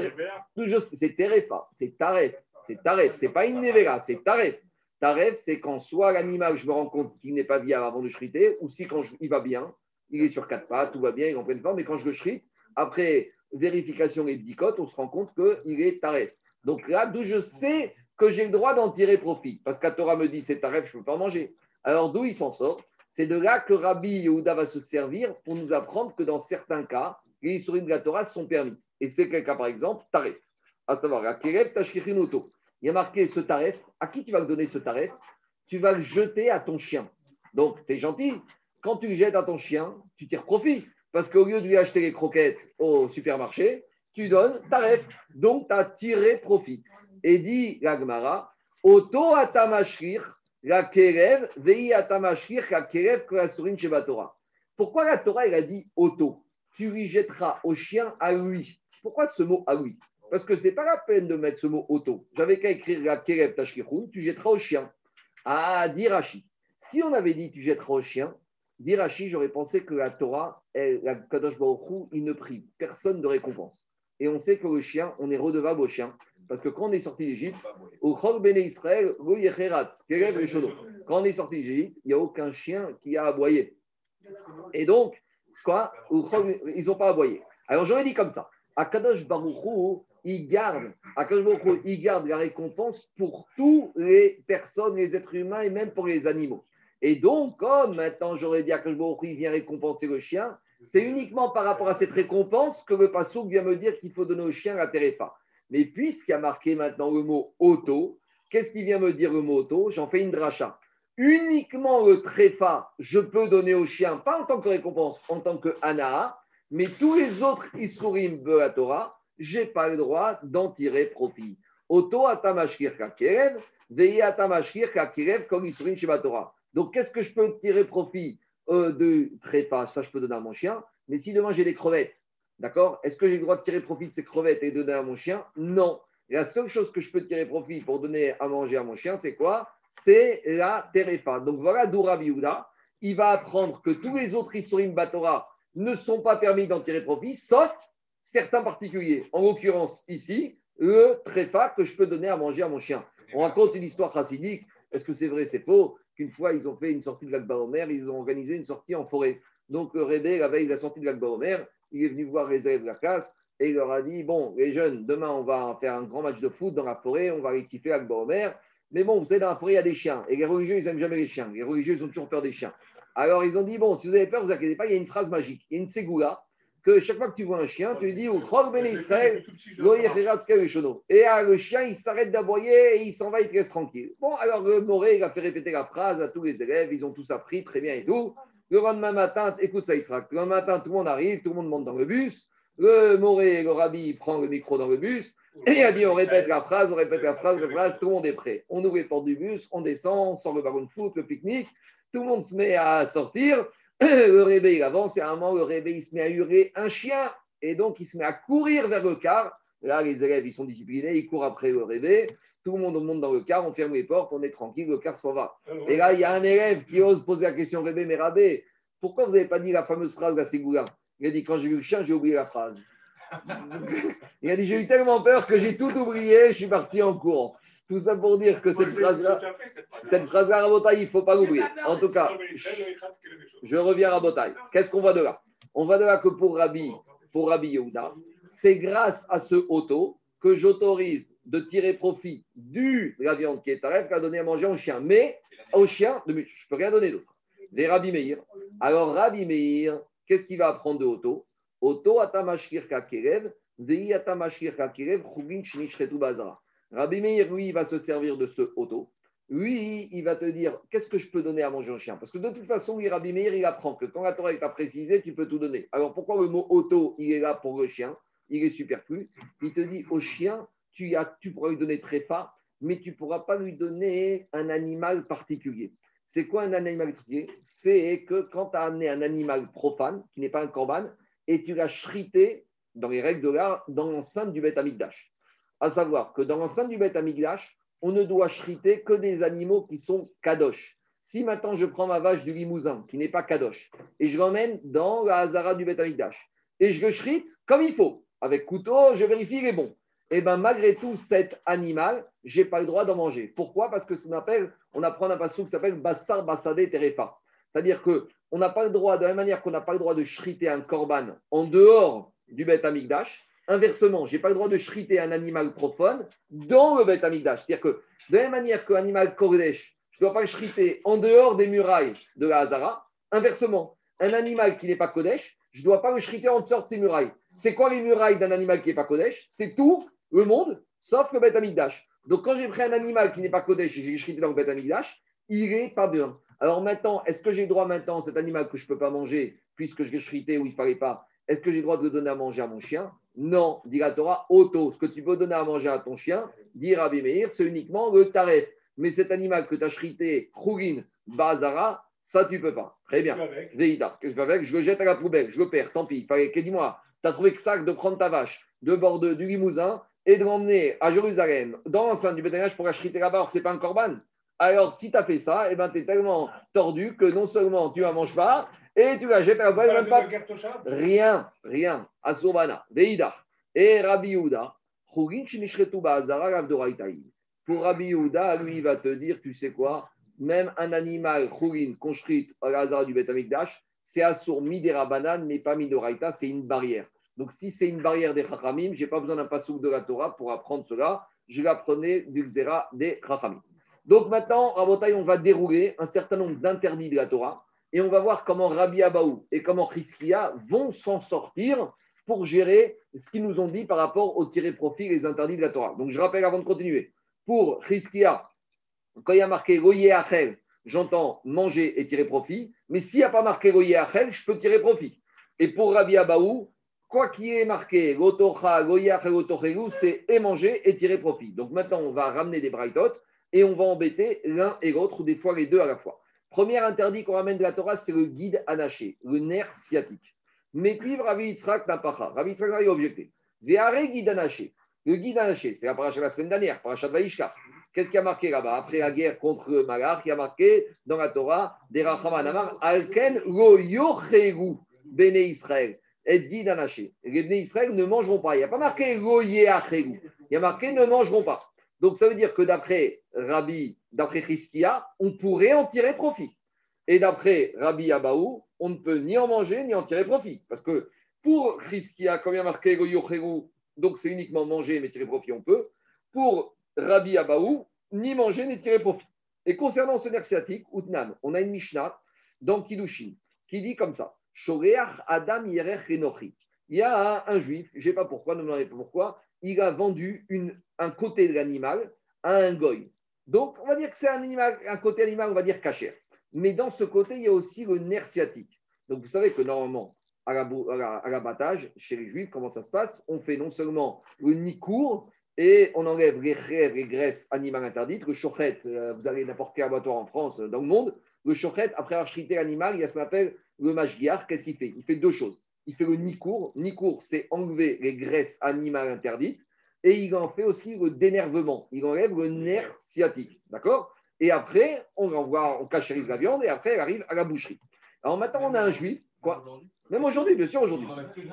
c'est Terefa, c'est Taref. C'est Taref, c'est pas une Nevera, c'est Taref. Taref, c'est quand soit l'animal, je me rends compte qu'il n'est pas viable avant de shriter, ou si quand il va bien, il est sur 4 pattes, tout va bien, il est en pleine forme, mais quand je le shrite, après vérification et bdicote, on se rend compte qu'il est taref. Donc là, d'où je sais que j'ai le droit d'en tirer profit. Parce qu'à Torah me dit c'est taref, je ne peux pas en manger. Alors d'où il s'en sort? C'est de là que Rabbi Yehuda va se servir pour nous apprendre que dans certains cas, les isurim de la Torah sont permis. Et c'est quel cas par exemple? Taref. À savoir, la kerev tashkichin auto. Il y a marqué ce taref. À qui tu vas le donner ce taref? Tu vas le jeter à ton chien. Donc, tu es gentil. Quand tu le jettes à ton chien, tu tires profit. Parce qu'au lieu de lui acheter les croquettes au supermarché, tu donnes taref. Donc, tu as tiré profit. Et dit la Gemara, Oto atamashrir, la kerev, vei atamashrir, la kerev, klasurin sheba Torah. Pourquoi la Torah, elle a dit Oto? Tu lui jetteras au chien à lui. Pourquoi ce mot à lui? Parce que ce n'est pas la peine de mettre ce mot Oto. J'avais qu'à écrire la kerev tashkirun, tu jetteras au chien. Ah, dit Rashi. Si on avait dit tu jetteras au chien, dit Rashi, j'aurais pensé que la Torah, la Kadosh Baruch Hu, il ne prive personne de récompense. Et on sait que le chien, on est redevable au chien. Parce que quand on est sorti d'Égypte, au Chol Bene Israël, quand on est sorti d'Égypte, il n'y a aucun chien qui a aboyé. Et donc, quoi, ils n'ont pas aboyé. Alors j'aurais dit comme ça, Akadosh Baruch Hu, il garde la récompense pour toutes les personnes, les êtres humains et même pour les animaux. Et donc, comme maintenant j'aurais dit Akadosh Baruch Hu, il vient récompenser le chien, c'est uniquement par rapport à cette récompense que le passouk vient me dire qu'il faut donner au chien la terefa. Mais puisqu'il y a marqué maintenant le mot auto, qu'est-ce qui vient me dire le mot auto? J'en fais une dracha. Uniquement le tréfa, je peux donner au chien, pas en tant que récompense, en tant que anaa, mais tous les autres isurim de la Torah, je n'ai pas le droit d'en tirer profit. Auto atamashkir kakerev, vei atamashkir kakerev kol isurim sheba Torah. Donc, qu'est-ce que je peux tirer profit de tréfa? Ça, je peux donner à mon chien. Mais si demain j'ai des crevettes, d'accord? Est-ce que j'ai le droit de tirer profit de ces crevettes et de donner à mon chien? Non. La seule chose que je peux tirer profit pour donner à manger à mon chien, c'est quoi? C'est la terefa. Donc voilà d'où Rabbi Yehuda, il va apprendre que tous les autres isurim batora ne sont pas permis d'en tirer profit, sauf certains particuliers. En l'occurrence, ici, le tréfa que je peux donner à manger à mon chien. On raconte une histoire chassidique. Est-ce que c'est vrai, c'est faux? Qu'une fois, ils ont fait une sortie de l'Akba Omer, ils ont organisé une sortie en forêt. Donc, le Rebbe, la veille de la sortie de l'Akba Omer, il est venu voir les élèves de la classe et il leur a dit, bon, les jeunes, demain, on va faire un grand match de foot dans la forêt, on va aller kiffer l'Akba Omer. Mais bon, vous savez, dans la forêt, il y a des chiens. Et les religieux, ils n'aiment jamais les chiens. Les religieux, ils ont toujours peur des chiens. Alors, ils ont dit, bon, si vous avez peur, ne vous inquiétez pas, il y a une phrase magique. Il y a une ségoula que chaque fois que tu vois un chien, tu lui dis, au Chol Bene Israël, et le chien, il s'arrête d'aboyer et il s'en va, il te laisse tranquille. Bon, alors le Moré, il a fait répéter la phrase à tous les élèves, ils ont tous appris, très bien et tout. Le lendemain matin, écoute ça, Israël, le lendemain matin, tout le monde arrive, tout le monde monte dans le bus. Le Moré, le Rabbi, il prend le micro dans le bus et il a dit, on répète la phrase, tout le monde est prêt. On ouvre les portes du bus, on descend, on sort le ballon de foot, le pique-nique, tout le monde se met à sortir. Le réveil, il avance et à un moment, le réveil, il se met à hurler un chien et donc il se met à courir vers le car. Là, les élèves, ils sont disciplinés, ils courent après le réveil. Tout le monde monte dans le car, on ferme les portes, on est tranquille, le car s'en va. Et là, il y a un élève qui ose poser la question au réveil, mais Rabé, pourquoi vous n'avez pas dit la fameuse phrase de la Ségoula? Il a dit, quand j'ai vu le chien, j'ai oublié la phrase. Il a dit, j'ai eu tellement peur que j'ai tout oublié, je suis parti en courant. Tout ça pour dire que cette phrase-là, Rabotaï, il ne faut pas l'oublier. En tout cas, je reviens à Rabotaï. Qu'est-ce qu'on voit de là? On voit de là que pour Rabbi Yehuda, c'est grâce à ce auto que j'autorise de tirer profit de la viande qui est taref qu'à donner à manger au chien. Mais au chien, je ne peux rien donner d'autre. Les Rabbi Meir. Alors, Rabbi Meir, qu'est-ce qu'il va apprendre de auto? Auto atamashkir kakerev, vei atamashkir kakerev, chubin shnishretu bazara. Rabbi Meir, lui, il va se servir de ce auto. Lui, il va te dire, qu'est-ce que je peux donner à manger au chien? Parce que de toute façon, lui, Rabbi Meir, il apprend que quand la Torah t'a précisé, tu peux tout donner. Alors pourquoi le mot auto, il est là pour le chien? Il est superflu. Il te dit, au chien, tu pourras lui donner tréfa, mais tu ne pourras pas lui donner un animal particulier. C'est quoi un animal particulier? C'est que quand tu as amené un animal profane, qui n'est pas un korban, et tu l'as shrité, dans les règles de l'art, dans l'enceinte du Beth Amikdash. À savoir que dans l'enceinte du Beth Amikdash, on ne doit shriter que des animaux qui sont kadosh. Si maintenant je prends ma vache du Limousin, qui n'est pas kadosh, et je l'emmène dans la Hazara du Beth Amikdash, et je le shrite comme il faut, avec couteau, je vérifie, il est bon. Et bien malgré tout, cet animal, je n'ai pas le droit d'en manger. Pourquoi? Parce que on apprend un passage qui s'appelle Bassar Bassadeh Terefa. C'est-à-dire qu'on n'a pas le droit, de la même manière qu'on n'a pas le droit de shriter un korban en dehors du Beth Amikdash, inversement, je n'ai pas le droit de shriter un animal profane dans le Beth Amikdash. C'est-à-dire que de la même manière qu'un animal kodesh, je ne dois pas le shriter en dehors des murailles de la Hazara, inversement, un animal qui n'est pas kodesh, je ne dois pas le shriter en dehors de ces murailles. C'est quoi les murailles d'un animal qui n'est pas kodesh? C'est tout le monde, sauf le Beth Amikdash. Donc quand j'ai pris un animal qui n'est pas kodesh et j'ai shrité dans le Beth Amikdash, il n'est pas bien. Alors maintenant, est-ce que j'ai le droit maintenant, cet animal que je ne peux pas manger, puisque je l'ai shrité ou il ne fallait pas, est-ce que j'ai le droit de le donner à manger à mon chien? Non, dit la Torah, auto. Ce que tu peux donner à manger à ton chien, dit Rabbi Meir, c'est uniquement le taref. Mais cet animal que tu as shrité, Khourin, Bazara, ça tu ne peux pas. Très bien. Veïda, qu'est-ce que je fais avec? Je le jette à la poubelle, je le perds, tant pis. Dis-moi, tu as trouvé que ça de prendre ta vache de bord du Limousin et de l'emmener à Jérusalem, dans l'enceinte du Beth Amikdash pour la shriter là-bas, alors que ce n'est pas un korban. Alors, si tu as fait ça, eh ben, tu es tellement tordu que non seulement tu ne la manges pas, et tu la jettes à la poubelle, même pas. Rien. Assorbana, Veïda. Et Rabbi Yehuda, pour Rabbi Yehuda, lui, il va te dire, tu sais quoi, même un animal choulin construit à l'Azara du Beth Amikdash, c'est assour midera banane, mais pas midoraita, c'est une barrière. Donc si c'est une barrière des Chachamim, je n'ai pas besoin d'un pasouk de la Torah pour apprendre cela, je l'apprenais du Xéra des Chachamim. Donc maintenant, Rabotai, on va dérouler un certain nombre d'interdits de la Torah et on va voir comment Rabbi Abaou et comment Chizkia vont s'en sortir pour gérer ce qu'ils nous ont dit par rapport au tiré profit et les interdits de la Torah. Donc je rappelle avant de continuer, pour Chizkia, quand il y a marqué Goye Achel, j'entends manger et tirer profit, mais s'il n'y a pas marqué Goye Achel, je peux tirer profit. Et pour Rabbi Abaou, quoi qu'il y ait marqué Gotocha, Goye Achel, Gotochelu, c'est et manger et tirer profit. Donc maintenant, on va ramener des braïtot et on va embêter l'un et l'autre, ou des fois les deux à la fois. Premier interdit qu'on ramène de la Torah, c'est le guide anaché, le nerf sciatique. Métiv Rabbi Yitzhak Napacha. Rabbi Yitzhak a objecté. Véare guide anaché. Le guide anaché, c'est la paracha de la semaine dernière, paracha de Vaishkar. Qu'est-ce qui a marqué là-bas? Après la guerre contre le Malach, il y a marqué dans la Torah, des Rachaman Amar, Alken lo yochegu bene Israël. Et guide anaché. Les Bnei Israël ne mangeront pas. Il n'y a pas marqué lo yeachegu. Il y a marqué ne mangeront pas. Donc, ça veut dire que d'après Chizkia, on pourrait en tirer profit. Et d'après Rabbi Abaou, on ne peut ni en manger ni en tirer profit. Parce que pour Chizkia, comme il y a marqué Goyocheru, donc c'est uniquement manger mais tirer profit, on peut. Pour Rabbi Abaou, ni manger ni tirer profit. Et concernant ce nerf sciatique, Outnan, on a une Mishnah dans Kiddushin qui dit comme ça Shoreach Adam Yerer Renochi. Il y a un juif, je ne sais pas pourquoi, ne me demandez pas pourquoi, il a vendu un côté de l'animal à un goy. Donc, on va dire que c'est un côté animal, on va dire cachère. Mais dans ce côté, il y a aussi le nerf sciatique. Donc, vous savez que normalement, à l'abattage, chez les juifs, comment ça se passe? On fait non seulement le nikour et on enlève les rêves, les graisses animales interdites. Le shochet, vous allez n'importe quel abattoir en France, dans le monde, le shochet, après avoir shrité l'animal, il y a ce qu'on appelle le mashgiach. Qu'est-ce qu'il fait? Il fait deux choses. Il fait le nikour. Nikour, c'est enlever les graisses animales interdites. Et il en fait aussi le dénervement. Il enlève le nerf sciatique. D'accord? Et après, on cachérise la viande et après, elle arrive à la boucherie. Alors maintenant, on a un juif. Quoi? Même aujourd'hui, bien sûr, aujourd'hui.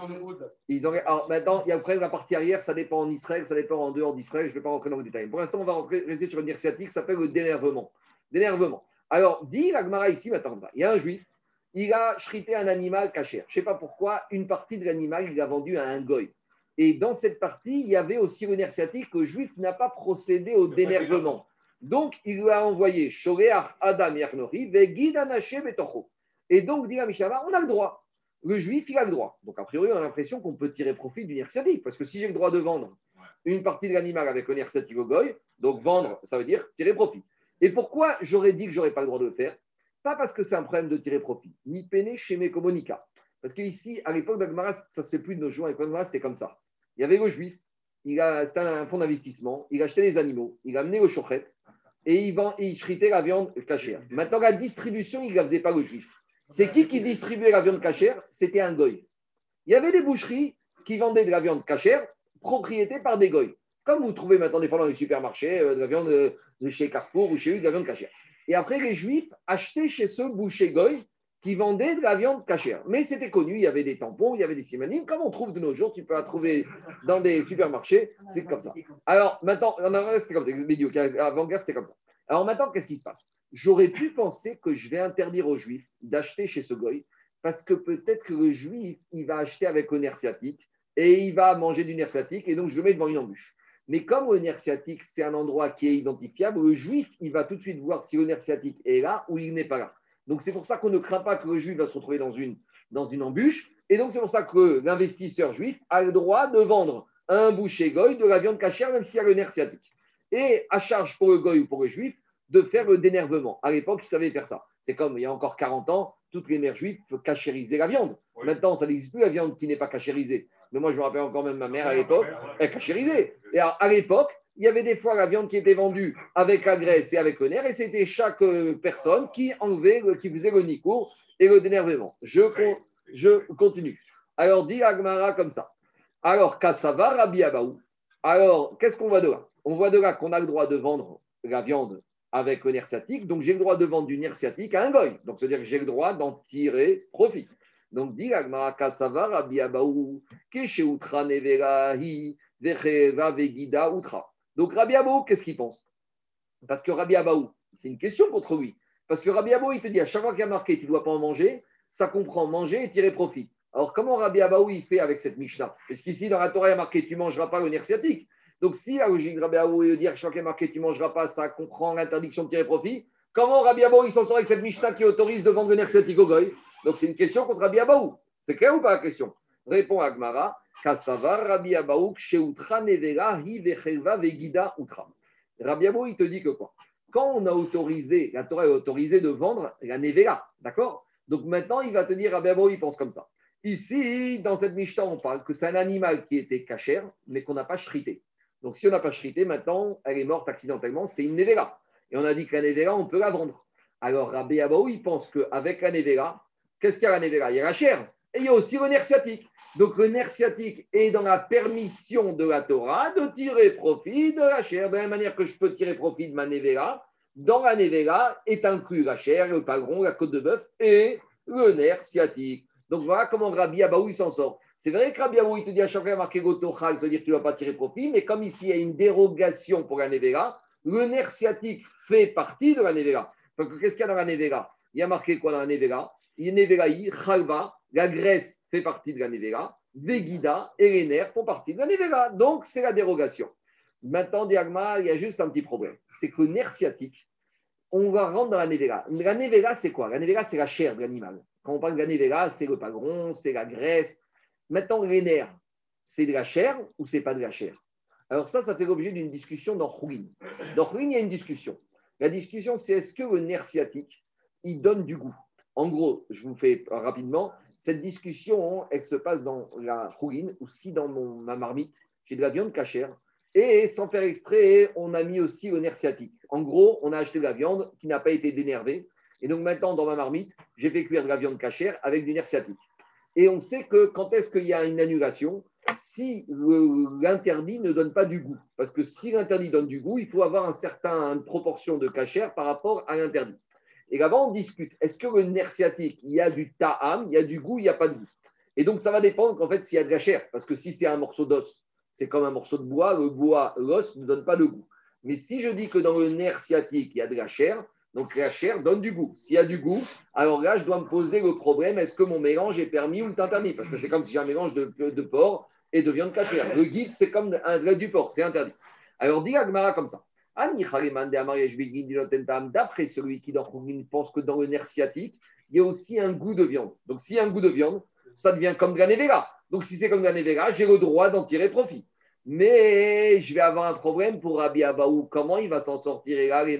Alors maintenant, il y a après la partie arrière, ça dépend en Israël, ça dépend en dehors d'Israël. Je ne vais pas rentrer dans le détail. Pour l'instant, on va rester sur une nerf sciatique qui s'appelle le dénervement. Dénervement. Alors, dit la Gemara ici, maintenant, il y a un juif. Il a shrité un animal cachère. Je ne sais pas pourquoi, une partie de l'animal, il l'a vendu à un goy. Et dans cette partie, il y avait aussi le nerf sciatique que le juif n'a pas procédé au dénervement. Donc, il lui a envoyé Shoreach Adam Yachnori, Vegid Anaché Betocho. Et donc, dit la Mishnah, on a le droit. Le juif, il a le droit. Donc, a priori, on a l'impression qu'on peut tirer profit du nerf sciatique. Parce que si j'ai le droit de vendre une partie de l'animal avec le nerf sciatique au goy, donc vendre, ça veut dire tirer profit. Et pourquoi j'aurais dit que je n'aurais pas le droit de le faire? Pas parce que c'est un problème de tirer profit, ni péné chez mes communicats. Parce qu'ici, à l'époque d'Agmara, ça ne se fait plus de nos jours. À l'époque d'Agmara, c'était comme ça. Il y avait le juif, c'était un fonds d'investissement, il achetait des animaux, il amenait au shochet et il shritait la viande cachère. Maintenant, la distribution, il ne la faisait pas le juif. C'est qui distribuait la viande cachère? C'était un goy. Il y avait des boucheries qui vendaient de la viande cachère, propriété par des goy. Comme vous trouvez maintenant des fois dans les supermarchés, de la viande de chez Carrefour ou chez lui, de la viande cachère. Et après, les juifs achetaient chez ce boucher goy qui vendait de la viande cachère. Mais c'était connu, il y avait des tampons, il y avait des simanines, comme on trouve de nos jours, tu peux la trouver dans des supermarchés, c'est comme ça. Alors maintenant, en avant, c'était comme ça, avant-guerre, c'était comme ça. Alors maintenant, qu'est-ce qui se passe? J'aurais pu penser que je vais interdire aux juifs d'acheter chez ce goy, parce que peut-être que le juif, il va acheter avec le nerf sciatique, et il va manger du nerf sciatique, et donc je le mets devant une embûche. Mais comme le nerf sciatique, c'est un endroit qui est identifiable, le juif, il va tout de suite voir si le nerf sciatique est là ou il n'est pas là. Donc, c'est pour ça qu'on ne craint pas que le juif va se retrouver dans une embûche. Et donc, c'est pour ça que l'investisseur juif a le droit de vendre à un boucher goy de la viande cachère, même s'il y a le nerf sciatique. Et à charge pour le goy ou pour le juif de faire le dénervement. À l'époque, ils savaient faire ça. C'est comme il y a encore 40 ans, toutes les mères juives cachérisaient la viande. Oui. Maintenant, ça n'existe plus, la viande qui n'est pas cachérisée. Mais moi, je me rappelle encore même ma mère à l'époque, elle cachérisait. Et alors, à l'époque, il y avait des fois la viande qui était vendue avec la graisse et avec le nerf, et c'était chaque personne qui enlevait, qui faisait le nikour et le dénervement. Je continue. Alors, dit Agmara comme ça. Alors, Kassava Rabbi Abaou. Alors, qu'est-ce qu'on voit de là? On voit de là qu'on a le droit de vendre la viande avec le nerf sciatique. Donc, j'ai le droit de vendre du nerf sciatique à un goy. Donc, c'est-à-dire que j'ai le droit d'en tirer profit. Donc, dit l'Agmara Kasava Rabbi Abaou, Kesheutra Neverahi, Vecheva Vegida Utra. Donc, Rabbi Abaou, qu'est-ce qu'il pense? Parce que Rabbi Abaou, c'est une question contre lui. Parce que Rabbi Abaou, il te dit à chaque fois qu'il y a marqué tu ne dois pas en manger, ça comprend manger et tirer profit. Alors, comment Rabbi Abaou il fait avec cette Mishnah? Parce qu'ici, dans la Torah, il y a marqué tu ne mangeras pas le nerf sciatique. Donc, si la logique de Rabbi Abaou est de dire que chaque fois qu'il y a marqué tu ne mangeras pas, ça comprend l'interdiction de tirer profit, comment Rabbi Abaou il s'en sort avec cette Mishnah qui autorise de vendre le nerf sciatique au goy? Donc, c'est une question contre Rabbi Abaou. C'est clair ou pas la question? Répond Agmara Kassavar Rabbi Abaou, Sheutra Nevera, Hi Vechelva Vegida Utra. Rabbi Abaou, il te dit que quoi? Quand on a autorisé, la Torah a autorisé de vendre la nevela, d'accord? Donc maintenant, il va te dire, Rabbi Abaou, il pense comme ça. Ici, dans cette Mishnah, on parle que c'est un animal qui était cachère, mais qu'on n'a pas shrité. Donc si on n'a pas shrité, maintenant, elle est morte accidentellement, c'est une nevela. Et on a dit que la nevela, on peut la vendre. Alors Rabbi Abaou, il pense qu'avec la nevela, qu'est-ce qu'il y a la nevela? Il y a la chair. Et il y a aussi le nerf sciatique. Donc le nerf sciatique est dans la permission de la Torah de tirer profit de la chair. De la même manière que je peux tirer profit de ma nevela, dans la nevela est inclus la chair, le pagron, la côte de bœuf et le nerf sciatique. Donc voilà comment Rabbi Abaou s'en sort. C'est vrai que Rabbi Abaou il te dit à chaque fois marqué Gotochal, ça veut dire que tu ne vas pas tirer profit, mais comme ici il y a une dérogation pour la nevela, le nerf sciatique fait partie de la nevela. Donc qu'est-ce qu'il y a dans la nevela? Il y a marqué quoi dans la nevela? Il y a nevelaï, chalva. La graisse fait partie de la nevela, Vegida et les nerfs font partie de la nevela. Donc, c'est la dérogation. Maintenant, Diagma, il y a juste un petit problème. C'est que le nerf sciatique, on va rentrer dans la nevela. La nevela, c'est quoi? La nevela, c'est la chair de l'animal. Quand on parle de la nevela, c'est le pagron, c'est la graisse. Maintenant, les nerfs, c'est de la chair ou c'est pas de la chair? Alors ça fait l'objet d'une discussion dans Khourin. Dans Khourin, il y a une discussion. La discussion, c'est est-ce que le nerf sciatique, il donne du goût? En gros, je vous fais rapidement. Cette discussion, elle se passe dans la rouline, ou si dans ma marmite, j'ai de la viande cachère, et sans faire exprès, on a mis aussi le nerf sciatique. En gros, on a acheté de la viande qui n'a pas été dénervée, et donc maintenant, dans ma marmite, j'ai fait cuire de la viande cachère avec du nerf sciatique. Et on sait que quand est-ce qu'il y a une annulation, si l'interdit ne donne pas du goût. Parce que si l'interdit donne du goût, il faut avoir une proportion de cachère par rapport à l'interdit. Et là-bas, on discute. Est-ce que le nerf sciatique, il y a du ta'am, il y a du goût, il n'y a pas de goût? Et donc, ça va dépendre qu'en fait, s'il y a de la chair. Parce que si c'est un morceau d'os, c'est comme un morceau de bois. Le bois, l'os ne donne pas de goût. Mais si je dis que dans le nerf sciatique, il y a de la chair, donc la chair donne du goût. S'il y a du goût, alors là, je dois me poser le problème, est-ce que mon mélange est permis ou interdit? Parce que c'est comme si j'ai un mélange de porc et de viande cachère. Le guide, c'est comme du porc, c'est interdit. Alors, dit Agmara comme ça. D'après celui qui pense que dans le nerf sciatique, il y a aussi un goût de viande. Donc, s'il y a un goût de viande, ça devient comme de la nevela. Donc, si c'est comme de la nevela, j'ai le droit d'en tirer profit. Mais je vais avoir un problème pour Rabbi Abaou. Comment il va s'en sortir?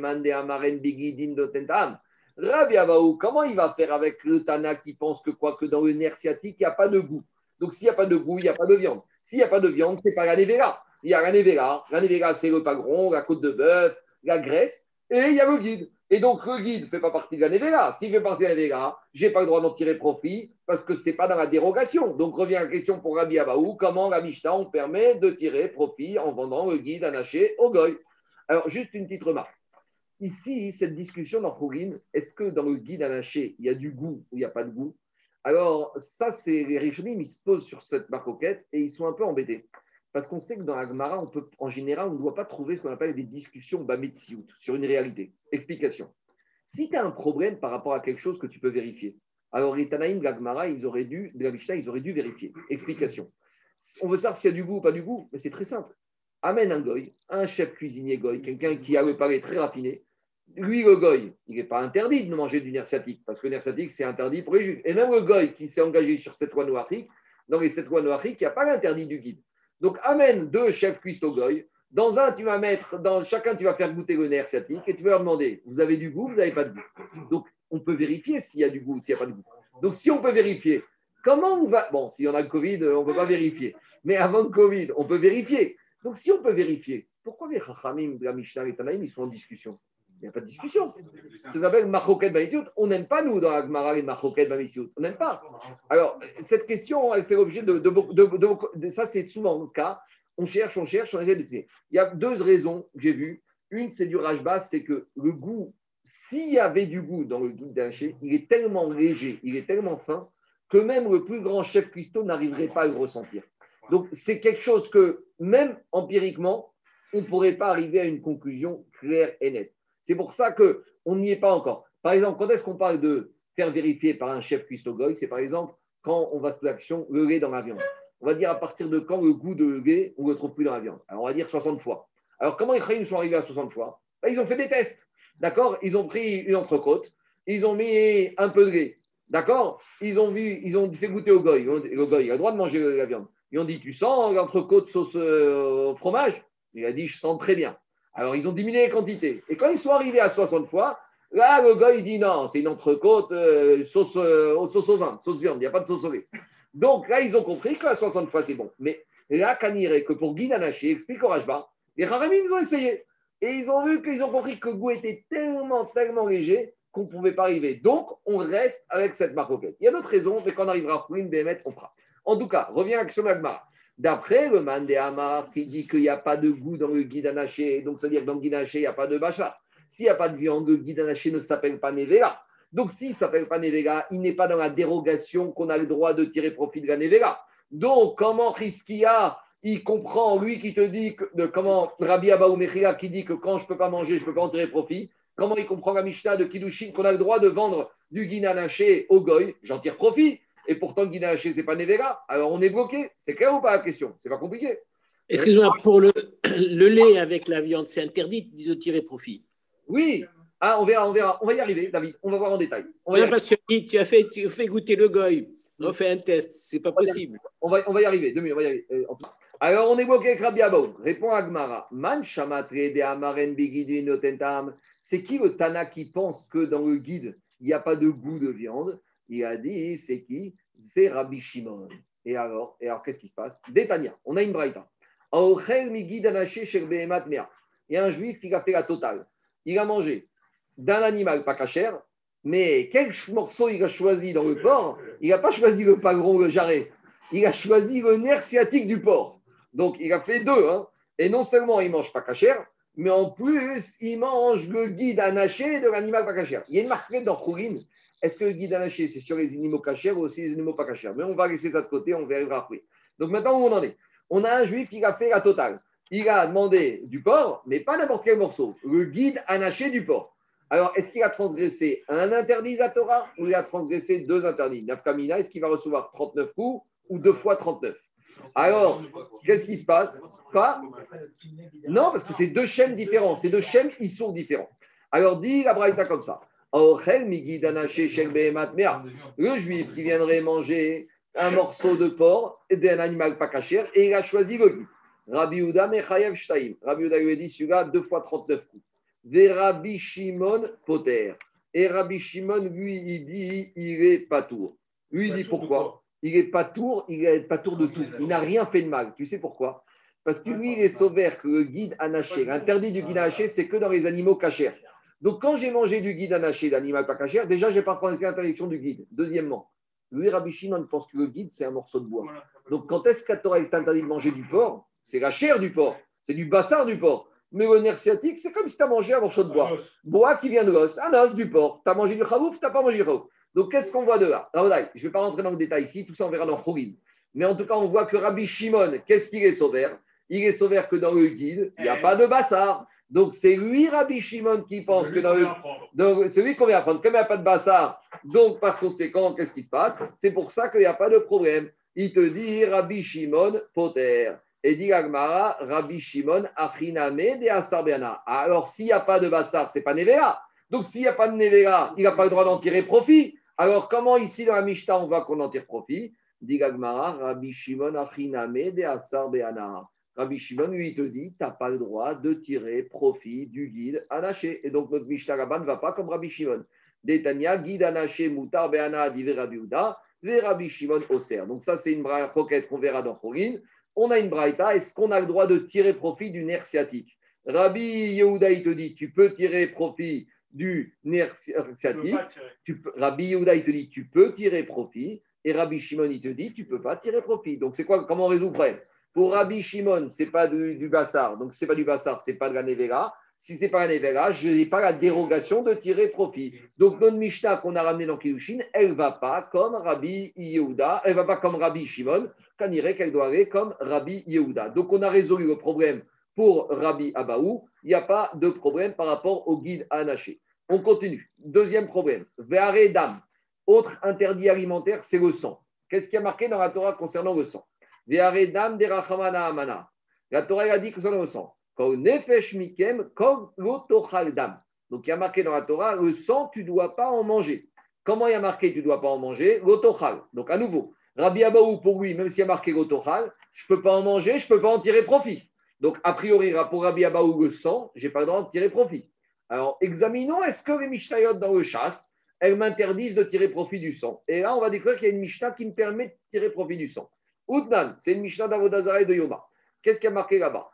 Rabbi Abaou, comment il va faire avec le Tana qui pense que dans le nerf sciatique, il n'y a pas de goût? Donc, s'il n'y a pas de goût, il n'y a pas de viande. S'il n'y a pas de viande, ce n'est pas la nevela. Il y a la nevela. La nevela, c'est le pagron, la côte de bœuf, la graisse, et il y a le guide. Et donc, le guide ne fait pas partie de la nevela. S'il fait partie de la nevela, je n'ai pas le droit d'en tirer profit parce que ce n'est pas dans la dérogation. Donc, revient la question pour Rabbi Abaou, comment la Mishnah, on permet de tirer profit en vendant le guide anaché au goy? Alors, juste une petite remarque. Ici, cette discussion dans Khourin, est-ce que dans le guide anaché, il y a du goût ou il n'y a pas de goût? Alors, ça, c'est les Rishonim, ils se posent sur cette maroquette et ils sont un peu embêtés. Parce qu'on sait que dans la Gemara, en général, on ne doit pas trouver ce qu'on appelle des discussions bametsiout sur une réalité. Explication. Si tu as un problème par rapport à quelque chose que tu peux vérifier, alors les Tanaïm de la Gemara, de la Mishnah, ils auraient dû vérifier. Explication. On veut savoir s'il y a du goût ou pas du goût, mais c'est très simple. Amène un goy, un chef cuisinier goy, quelqu'un qui a le palais très raffiné. Lui, le goy, il n'est pas interdit de manger du nerf sciatique, parce que le nerf sciatique, c'est interdit pour les juifs. Et même le goy qui s'est engagé sur cette loi noachique, dans les 7 lois noachiques, il n'y a pas l'interdit du guide. Donc, amène 2 chefs cuistots goy. Dans chacun, tu vas faire goûter le nerf sciatique et tu vas leur demander, vous avez du goût, vous n'avez pas de goût. Donc, on peut vérifier s'il y a du goût ou s'il n'y a pas de goût. Donc, si on peut vérifier, comment on va… Bon, s'il y en a le Covid, on ne peut pas vérifier. Mais avant le Covid, on peut vérifier. Donc, si on peut vérifier, pourquoi les Chachamim de la Mishnah et Tanaïm, ils sont en discussion? Il n'y a pas de discussion. Ça s'appelle Machoket Bamissiout. On n'aime pas, nous, dans la Gemara, les Machoket Bamissiout. On n'aime pas. Alors, cette question, elle fait l'objet de ça, c'est souvent le cas. On cherche, on essaie de trouver. Il y a 2 raisons que j'ai vues. Une, c'est du Rajba, c'est que le goût, s'il y avait du goût dans le guide d'Haché, il est tellement léger, il est tellement fin, que même le plus grand chef cuistot n'arriverait pas à le ressentir. Donc, c'est quelque chose que, même empiriquement, on ne pourrait pas arriver à une conclusion claire et nette. C'est pour ça qu'on n'y est pas encore. Par exemple, quand est-ce qu'on parle de faire vérifier par un chef cuistot goy? C'est par exemple quand on va se poser la question, le lait dans la viande. On va dire à partir de quand le goût de lait, on ne le trouve plus dans la viande. Alors, on va dire 60 fois. Alors, comment les Khaïm sont arrivés à 60 fois? Ils ont fait des tests. D'accord? Ils ont pris une entrecôte, ils ont mis un peu de lait. D'accord? Ils ont fait goûter au goy. Le goy, il a le droit de manger la viande. Ils ont dit, tu sens l'entrecôte sauce fromage? Il a dit, je sens très bien. Alors, ils ont diminué les quantités. Et quand ils sont arrivés à 60 fois, là, le goy, il dit, non, c'est une entrecôte sauce au vin, sauce viande, il n'y a pas de sauce au lait. Donc, là, ils ont compris qu'à 60 fois, c'est bon. Mais là, Kaniré, que pour Guy Danaché, explique au Rajba, les Haramim, ils ont essayé. Et ils ont vu qu'ils ont compris que le goût était tellement léger qu'on ne pouvait pas arriver. Donc, on reste avec cette marcoquette. Il y a d'autres raisons, mais quand on arrivera à Khourin, Béhémet, on fera. En tout cas, reviens à l'action d'Agmar. D'après le Mandé Amar, qui dit qu'il n'y a pas de goût dans le guide anaché, donc c'est-à-dire que dans le guide anaché, il n'y a pas de bachar. S'il n'y a pas de viande, le guide anaché ne s'appelle pas Nevela. Donc, s'il ne s'appelle pas Nevela, il n'est pas dans la dérogation qu'on a le droit de tirer profit de la Nevela. Donc, comment Riskia, il comprend, lui qui te dit, comment Rabbi Abba ou Mechila qui dit que quand je ne peux pas manger, je ne peux pas en tirer profit, comment il comprend la Mishnah de Kiddushin qu'on a le droit de vendre du guide anaché au goy, j'en tire profit. Et pourtant, le guide anaché, ce n'est pas Nevela. Alors, on est bloqué. C'est clair ou pas la question? C'est pas compliqué. Excuse-moi, pour le lait avec la viande, c'est interdit de tirer profit. Oui. Ah, on verra. On va y arriver, David. On va voir en détail. Non, parce que tu as fait goûter le goy. On fait un test. C'est pas possible. On va y arriver. 2 minutes, on va y arriver. Alors, on est bloqué avec Rabbi Abaou. Répond Agmara. Man shamatre de amaren begidin notentam. C'est qui le Tana qui pense que dans le guide, il n'y a pas de goût de viande? Il a dit, c'est qui? C'est Rabbi Shimon. Et alors, qu'est-ce qui se passe? Détania, on a une braïta. Il y a un juif, il a fait la totale. Il a mangé d'un animal pas cachère, mais quel morceau il a choisi dans le porc? Il n'a pas choisi le pagron, le jarret. Il a choisi le nerf sciatique du porc. Donc, il a fait 2. Hein. Et non seulement il ne mange pas cachère, mais en plus, il mange le guide anaché de l'animal pas cachère. Il y a une marque dans Khourin. Est-ce que le guide anaché, c'est sur les animaux cachers ou aussi les animaux pas cachers? Mais on va laisser ça de côté, on verra après. Donc maintenant, où on en est? On a un juif qui a fait la totale. Il a demandé du porc, mais pas n'importe quel morceau. Le guide anaché du porc. Alors, est-ce qu'il a transgressé un interdit de la Torah ou il a transgressé 2 interdits? Nafkamina, est-ce qu'il va recevoir 39 coups ou 2 fois 39? Alors, qu'est-ce qui se passe? Pas? Non, parce que c'est 2 schèmes différents. C'est 2 schèmes, ils sont différents. Alors, dit la braïta comme ça. Le juif qui viendrait manger un morceau de porc d'un animal pas cachère et il a choisi le guide. Rabbi Yehuda Mechayev Shtaim. Rabbi Yehuda lui a dit celui-là 2 fois 39 coups. Ve Rabbi Shimon Poter. Et Rabbi Shimon, lui, il dit il est patour. Lui, il dit pourquoi? Il est patour de tout. Il n'a rien fait de mal. Tu sais pourquoi? Parce que lui, il est sauvé que le guide anaché. L'interdit du guide anaché, c'est que dans les animaux cachers. Donc, quand j'ai mangé du guide anaché d'animal pas cachère, déjà, je n'ai pas transgressé l'interdiction du guide. Deuxièmement, lui, Rabbi Shimon pense que le guide, c'est un morceau de bois. Donc, quand est-ce qu'à Torah, il t'interdit de manger du porc? C'est la chair du porc, c'est du bassard du porc. Mais le nerf sciatique, c'est comme si tu as mangé un morceau de bois. Bois qui vient de l'os, un os du porc. Tu as mangé du charouf, tu n'as pas mangé du charouf. Donc, qu'est-ce qu'on voit de là? Je ne vais pas rentrer dans le détail ici, tout ça, on verra dans Khourin. Mais en tout cas, on voit que Rabbi Shimon, qu'est-ce qu'il est sauvé? Il est sauvé que dans le guide, il n'y a pas de bassard. Donc, c'est lui, Rabbi Shimon, qui pense que dans le. Donc, c'est lui qu'on vient apprendre. Comme il n'y a pas de bassard, donc par conséquent, qu'est-ce qui se passe? C'est pour ça qu'il n'y a pas de problème. Il te dit Rabbi Shimon Poter. Et dit Agmara, Rabbi Shimon Achiname de Asarbeana. Alors, s'il n'y a pas de bassard, ce n'est pas Nevela. Donc, s'il n'y a pas de Nevela, il n'a pas le droit d'en tirer profit. Alors, comment ici dans la Mishnah, on voit qu'on en tire profit? Dit Agmara, Rabbi Shimon Achiname de Asarbeana. Rabbi Shimon, lui, il te dit, tu n'as pas le droit de tirer profit du guide anaché. Et donc, notre Mishnah là-bas ne va pas comme Rabbi Shimon. Détania, guide anaché, moutar, be'ana, dit Rabbi Uda, Rabbi Shimon, oser. Donc, ça, c'est une roquette qu'on verra dans Khourin. On a une braïta. Est-ce qu'on a le droit de tirer profit du nerf sciatique? Rabbi Yehuda, il te dit, tu peux tirer profit du nerf sciatique. Rabbi Yehuda, il te dit, tu peux tirer profit. Et Rabbi Shimon, il te dit, tu ne peux pas tirer profit. Donc, c'est quoi? Comment on résout le problème? Pour Rabbi Shimon, ce n'est pas du bassard. Donc, ce n'est pas du bassard, ce n'est pas de la nevera. si ce n'est pas un Nevera, je n'ai pas la dérogation de tirer profit. Donc, notre Mishnah qu'on a ramené dans Kiddushin, elle ne va pas comme Rabbi Yehuda, elle ne va pas comme Rabbi Shimon, qu'on dirait qu'elle doit aller comme Rabbi Yehuda. Donc, on a résolu le problème pour Rabbi Abaou. Il n'y a pas de problème par rapport au guide Anaché. On continue. Deuxième problème. Ve'are dam. Autre interdit alimentaire, c'est le sang. Qu'est-ce qui a marqué dans la Torah concernant le sang? Ve'are dam derachamana amana. La Torah a dit concernant le sang. Nefesh mikem kol lo tochal dam. Donc il y a marqué dans la Torah, le sang, tu ne dois pas en manger. Comment il y a marqué, tu ne dois pas en manger? Lo tochal. Donc à nouveau, Rabbi Abaou, pour lui, même s'il y a marqué lo tochal, je ne peux pas en manger, je ne peux pas en tirer profit. Donc a priori, pour Rabbi Abaou, le sang, je n'ai pas le droit de tirer profit. Alors examinons, est-ce que les Mishnayot dans le chasse, elles m'interdisent de tirer profit du sang? Et là, on va découvrir qu'il y a une Mishnah qui me permet de tirer profit du sang. Utnan, c'est une Mishnah d'Avodazara et de Yoma. Qu'est-ce qu'il y a marqué là-bas?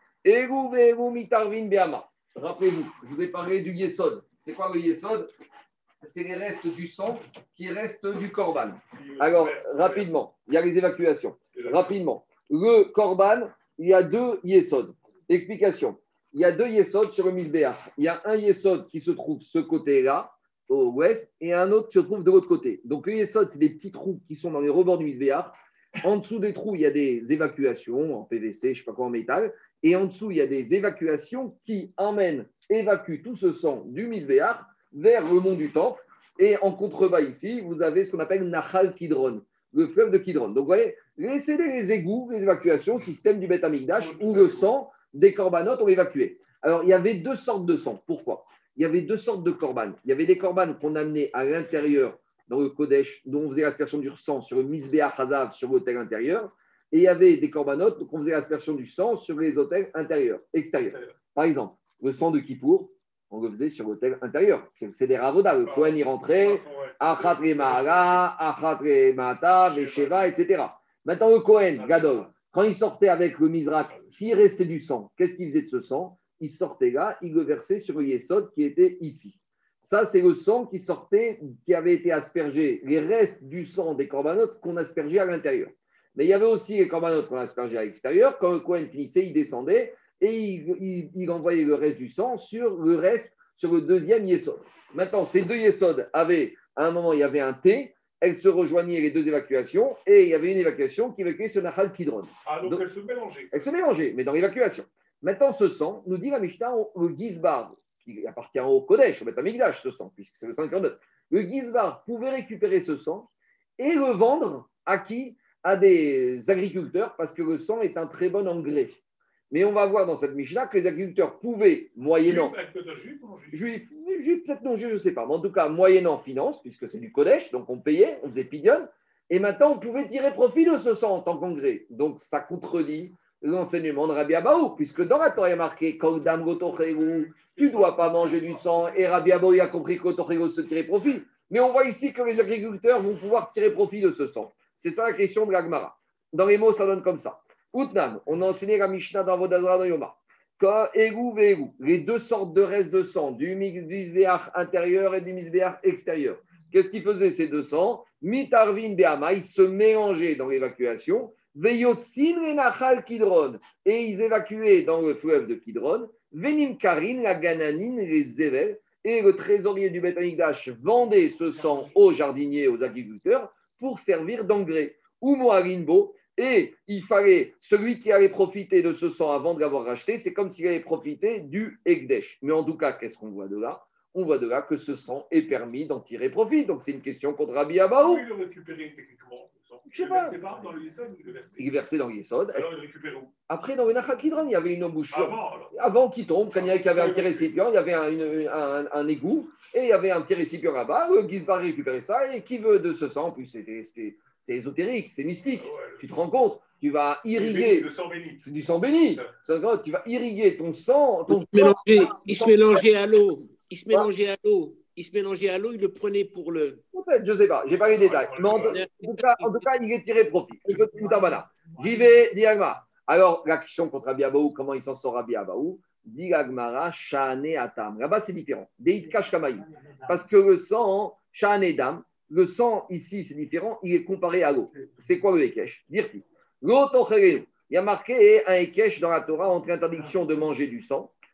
Rappelez-vous, je vous ai parlé du yesod. C'est quoi le yesod? C'est les restes du sang qui restent du korban. Alors, rapidement, il y a les évacuations. Rapidement, le korban, il y a deux yesod. Explication. Il y a deux yesod sur le misbéach. Il y a un yesod qui se trouve ce côté-là, au ouest, et un autre qui se trouve de l'autre côté. Donc, le yesod, c'est des petits trous qui sont dans les rebords du misbéach. En dessous des trous, il y a des évacuations en PVC, je ne sais pas quoi, en métal. Et en dessous, il y a des évacuations qui évacuent tout ce sang du misbéach vers le mont du temple. Et en contrebas ici, vous avez ce qu'on appelle Nahal Kidron, le fleuve de Kidron. Donc, vous voyez, laissez les égouts, les évacuations, système du Beth Amikdash, où le sang des corbanotes ont évacué. Alors, il y avait deux sortes de sang. Pourquoi? Il y avait deux sortes de corbanes. Il y avait des corbanes qu'on amenait à l'intérieur, dans le Kodesh, dont on faisait l'aspersion du sang sur le misbéach Hazav, sur l'autel intérieur. Et il y avait des corbanotes qu'on faisait l'aspersion du sang sur les autels extérieurs. Par exemple, le sang de Kippour, on le faisait sur l'autel intérieur. C'est des ravodas. Le Kohen y rentrait, Achat Remahara, Achat Remata, Vesheva, etc. Maintenant, le Kohen, Gadol, quand il sortait avec le Mizrak, s'il restait du sang, qu'est-ce qu'il faisait de ce sang? Il sortait là, il le versait sur le Yesod qui était ici. Ça, c'est le sang qui sortait, qui avait été aspergé, les restes du sang des corbanotes qu'on aspergeait à l'intérieur. Mais il y avait aussi les corbanotes qu'on aspergeait à l'extérieur. Quand le Kohen finissait, il descendait et il envoyait le reste du sang sur le deuxième Yesod. Maintenant, ces deux Yesod avaient, à un moment, il y avait un T, elles se rejoignaient les deux évacuations et il y avait une évacuation qui évacuait ce Nahal Kidron. Ah, donc elles se mélangeaient. Elles se mélangeaient, mais dans l'évacuation. Maintenant, ce sang, nous dit la Mishnah, le Gizbar, qui appartient au Kodesh, au Beth Amikdash, ce sang, puisque c'est le sang qui en donne. Le Gizbar pouvait récupérer ce sang et le vendre à qui? À des agriculteurs, parce que le sang est un très bon engrais. Mais on va voir dans cette Mishnah que les agriculteurs pouvaient, moyennant. Juif, peut-être non, je ne sais pas. Mais en tout cas, moyennant finance, puisque c'est du Kodesh, donc on payait, on faisait pidyon, et maintenant on pouvait tirer profit de ce sang en tant qu'engrais. Donc ça contredit l'enseignement de Rabbi Abaou, puisque dans la Torah il y a marqué Kodam Gotochegu, tu ne dois pas manger du sang, et Rabbi Abaou a compris que Gotochegu se tirait profit. Mais on voit ici que les agriculteurs vont pouvoir tirer profit de ce sang. C'est ça la question de la Gemara. Dans les mots, ça donne comme ça. Utnan, on a enseigné la Mishnah dans Vodazara dans Yoma. Egu ve'egu, les deux sortes de restes de sang, du misbéach intérieur et du misbéach extérieur. Qu'est-ce qu'ils faisaient ces deux sangs? Mitarvin be'ama, ils se mélangeaient dans l'évacuation. Veyotzin le nachal Kidron, et ils évacuaient dans le fleuve de Kidron. Venim karin, la gananine, les zével, et le trésorier du Beth Amikdash vendait ce sang aux jardiniers, aux agriculteurs, pour servir d'engrais. Ou moarinbo, et il fallait, celui qui allait profiter de ce sang avant de l'avoir racheté, c'est comme s'il allait profiter du Ekdesh. Mais en tout cas, qu'est-ce qu'on voit de là? On voit de là que ce sang est permis d'en tirer profit. Donc c'est une question contre Rabbi Abaou. Oui, il le récupérait techniquement. Je sais pas. Dans le Yesod, il est versé dans le Yesod. Alors il récupère où? Après, dans le Nachal Kidron, il y avait une embouchure. Avant qu'il tombe, quand il y avait un petit récipient, il y avait un égout et il y avait un petit récipient là-bas. Le Gizbar récupérait ça et qui veut de ce sang? En plus, c'est ésotérique, c'est mystique. Tu te rends compte? Tu vas irriguer. C'est du sang béni. Tu vas irriguer ton sang. Il se mélangeait à l'eau. Il se mélangeait à l'eau, il le prenait pour le. Peut-être, je ne sais pas, je n'ai pas les détails. Mais en tout cas, il est tiré profit. J'y vais, dit Agmara. Alors, la question contre Rabbi Abaou, comment il s'en sort Rabbi Abaou? Dit Agmara, Shane Atam. Là-bas, c'est différent. Deit Kash Kamaï. Parce que le sang, Shane Dam, le sang ici, c'est différent, il est comparé à l'eau. C'est quoi le Ekesh? L'eau, il y a marqué un Ekesh dans la Torah entre l'interdiction de manger du sang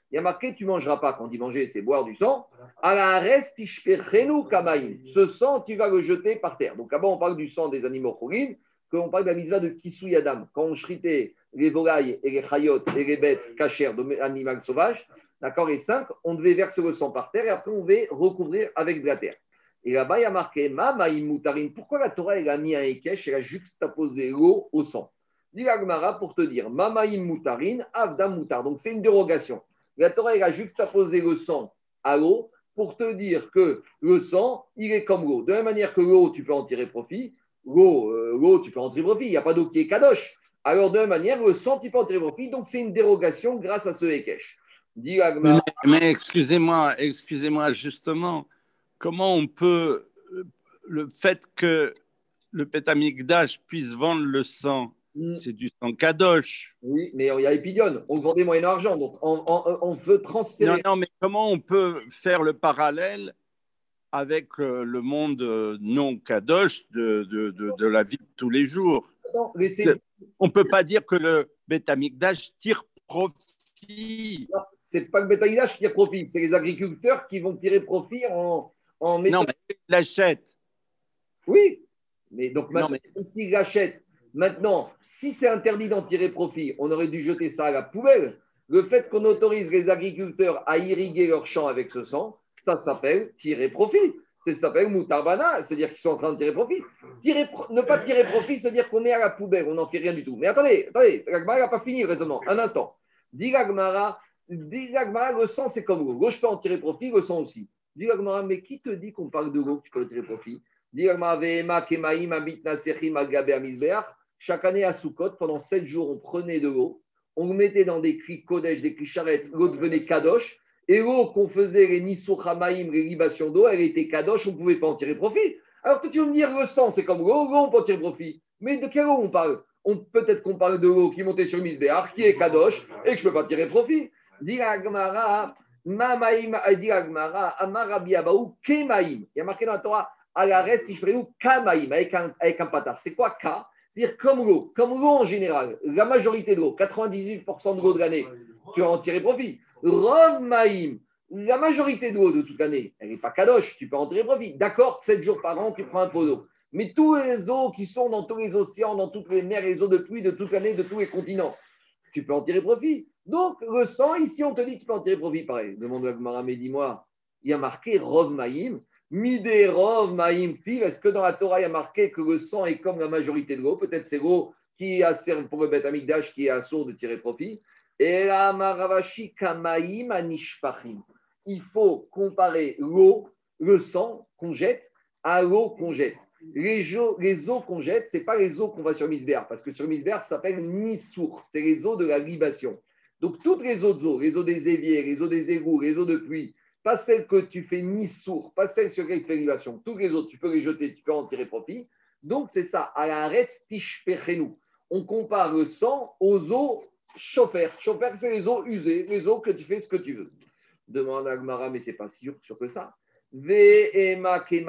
il y a marqué tu ne mangeras pas. Quand on dit manger, c'est boire du sang. À la reste, ce sang, tu vas le jeter par terre. Donc là-bas, on parle du sang des animaux choulin, qu'on parle de la mitzvah de Kisou Yadam. Quand on shritait les volailles et les chayotes et les bêtes cachères d'animaux sauvages, d'accord, et 5, on devait verser le sang par terre et après on devait recouvrir avec de la terre. Et là-bas, il y a marqué Mamaïm Moutarin. Pourquoi la Torah elle a mis un Ekesh, elle a juxtaposé l'eau au sang? Dit la Gemara pour te dire Mamaïm Moutarin, Avdam Moutar. Donc c'est une dérogation. La Torah elle a juxtaposé le sang à l'eau pour te dire que le sang, il est comme l'eau. De la même manière que l'eau, tu peux en tirer profit. L'eau, tu peux en tirer profit. Il n'y a pas d'eau qui est kadosh. Alors de la même manière, le sang, tu peux en tirer profit. Donc c'est une dérogation grâce à ce Ekesh. Dit la Gemara. Mais excusez-moi justement. Comment on peut, le fait que le Beth Amikdash puisse vendre le sang, c'est du sang kadosh. Oui, mais il y a Épidion, on le vendait moyennant argent, donc on veut transférer. Non, mais comment on peut faire le parallèle avec le monde non kadosh de la vie de tous les jours? On ne peut pas dire que le Beth Amikdash tire profit. Non, ce n'est pas le Beth Amikdash qui tire profit, c'est les agriculteurs qui vont tirer profit en mettant... Non, mais ils l'achètent. Oui, mais donc maintenant, s'ils l'achètent, maintenant, si c'est interdit d'en tirer profit, on aurait dû jeter ça à la poubelle. Le fait qu'on autorise les agriculteurs à irriguer leurs champs avec ce sang, ça s'appelle tirer profit. Ça s'appelle moutarbana, c'est-à-dire qu'ils sont en train de tirer profit. Ne pas tirer profit, c'est-à-dire qu'on met à la poubelle, on n'en fait rien du tout. Mais attendez, la Gemara n'a pas fini le raisonnement. Un instant. Dit la Gemara, le sang, c'est comme l'eau. L'eau, je peux en tirer profit, le sang aussi. Dit la Gemara, mais qui te dit qu'on parle de l'eau, que tu peux en tirer profit? Dit la Gemara, chaque année à Soukot, pendant 7 jours, on prenait de l'eau, on le mettait dans des cris kodesh, des cris charrettes, l'eau devenait kadosh, et l'eau qu'on faisait, les nisur hamaïm, les libations d'eau, elle était kadosh, on ne pouvait pas en tirer profit. Alors que tu veux me dire, le sang, c'est comme l'eau, on peut en tirer profit. Mais de quelle eau on parle? Peut-être qu'on parle de l'eau qui montait sur le misbéach, qui est kadosh, et que je ne peux pas tirer profit. Dit la Gemara, dit la Gemara, Amarabiabaou, Kemaïm. Il y a marqué dans la Torah, à la reste, si je ferais nous, Kamaïm, avec un patard. C'est quoi K? C'est-à-dire comme l'eau en général, la majorité de l'eau, 98% de l'eau de l'année, tu vas en tirer profit. Rov Maïm, la majorité de l'eau de toute l'année, elle n'est pas kadosh, tu peux en tirer profit. D'accord, 7 jours par an, tu prends un pot d'eau. Mais tous les eaux qui sont dans tous les océans, dans toutes les mers, les eaux de pluie de toute l'année, de tous les continents, tu peux en tirer profit. Donc, le sang, ici, on te dit que tu peux en tirer profit. Pareil, demande à Gemara, mais dis-moi, il y a marqué Rov Maïm. Midérov Maïm Tiv, est-ce que dans la Torah, il y a marqué que le sang est comme la majorité de l'eau? Peut-être c'est l'eau qui a servi pour le Beth Amikdash qui est assourd de tirer profit. Et la Maravashi Kamaïm Anishpachim. Il faut comparer l'eau, le sang qu'on jette, à l'eau qu'on jette. Les eaux qu'on jette, ce n'est pas les eaux qu'on va sur Misber, parce que sur Misber, ça s'appelle Nisour, c'est les eaux de la libation. Donc toutes les autres eaux, les eaux des éviers, les eaux des égouts, les eaux de pluie, pas celles que tu fais Nisour, pas celles sur lesquelles tu fais libation, toutes les autres, tu peux les jeter, tu peux en tirer profit. Donc c'est ça, à la restishpechenu. On compare le sang aux eaux chauffer. Chauffer, c'est les eaux usées, les eaux que tu fais ce que tu veux. Demande à Gmara, mais ce n'est pas sûr que ça. Mais il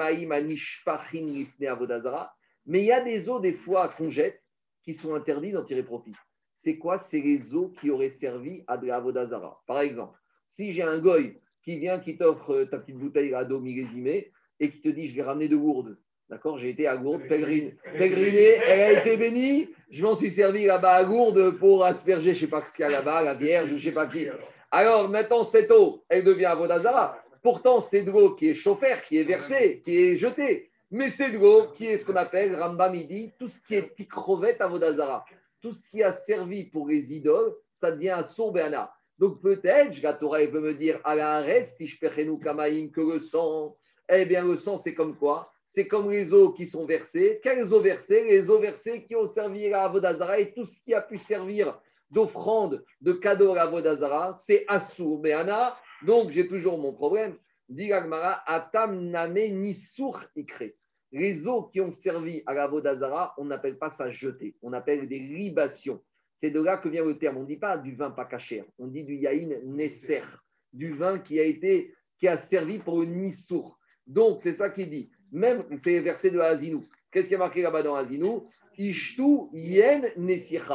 y a des eaux, des fois, qu'on jette, qui sont interdites d'en tirer profit. C'est quoi? C'est les eaux qui auraient servi à de la Avodazara. Par exemple, si j'ai un goy qui vient, qui t'offre ta petite bouteille à d'eau millésimée et qui te dit, je vais ramener de Lourdes. D'accord? J'ai été à Lourdes, pèleriner, elle a été bénie, je m'en suis servi là-bas à Lourdes pour asperger, je ne sais pas ce qu'il y a là-bas, la Vierge, je ne sais pas qui. Alors maintenant, cette eau, elle devient Avodazara. Pourtant, c'est de l'eau qui est chauffée, qui est versée, qui est jetée. Mais c'est de l'eau qui est ce qu'on appelle, Rambam midi, tout ce qui est tikrovet Avodazara. Tout ce qui a servi pour les idoles, ça devient un sorbéana. Donc peut-être, la Torah peut me dire, à la reste, kamaïm, que le sang, eh bien le sang c'est comme quoi? C'est comme les eaux qui sont versées. Quelles eaux versées? Les eaux versées qui ont servi à Avodazara et tout ce qui a pu servir d'offrande, de cadeau à Avodazara, c'est Assur Beana. Donc j'ai toujours mon problème. Dit l'Agmara, Atam Name Nisur Ikre. Les eaux qui ont servi à l'Avodazara, on n'appelle pas ça jeter, on appelle des libations. C'est de là que vient le terme. On ne dit pas du vin pas cachère, on dit du yaïn nesser, du vin qui a servi pour une nisur. Donc c'est ça qu'il dit. Même c'est versé de Hazinou. Qu'est-ce qui a marqué là-bas dans Hazinou? Ishtu yen nesicha.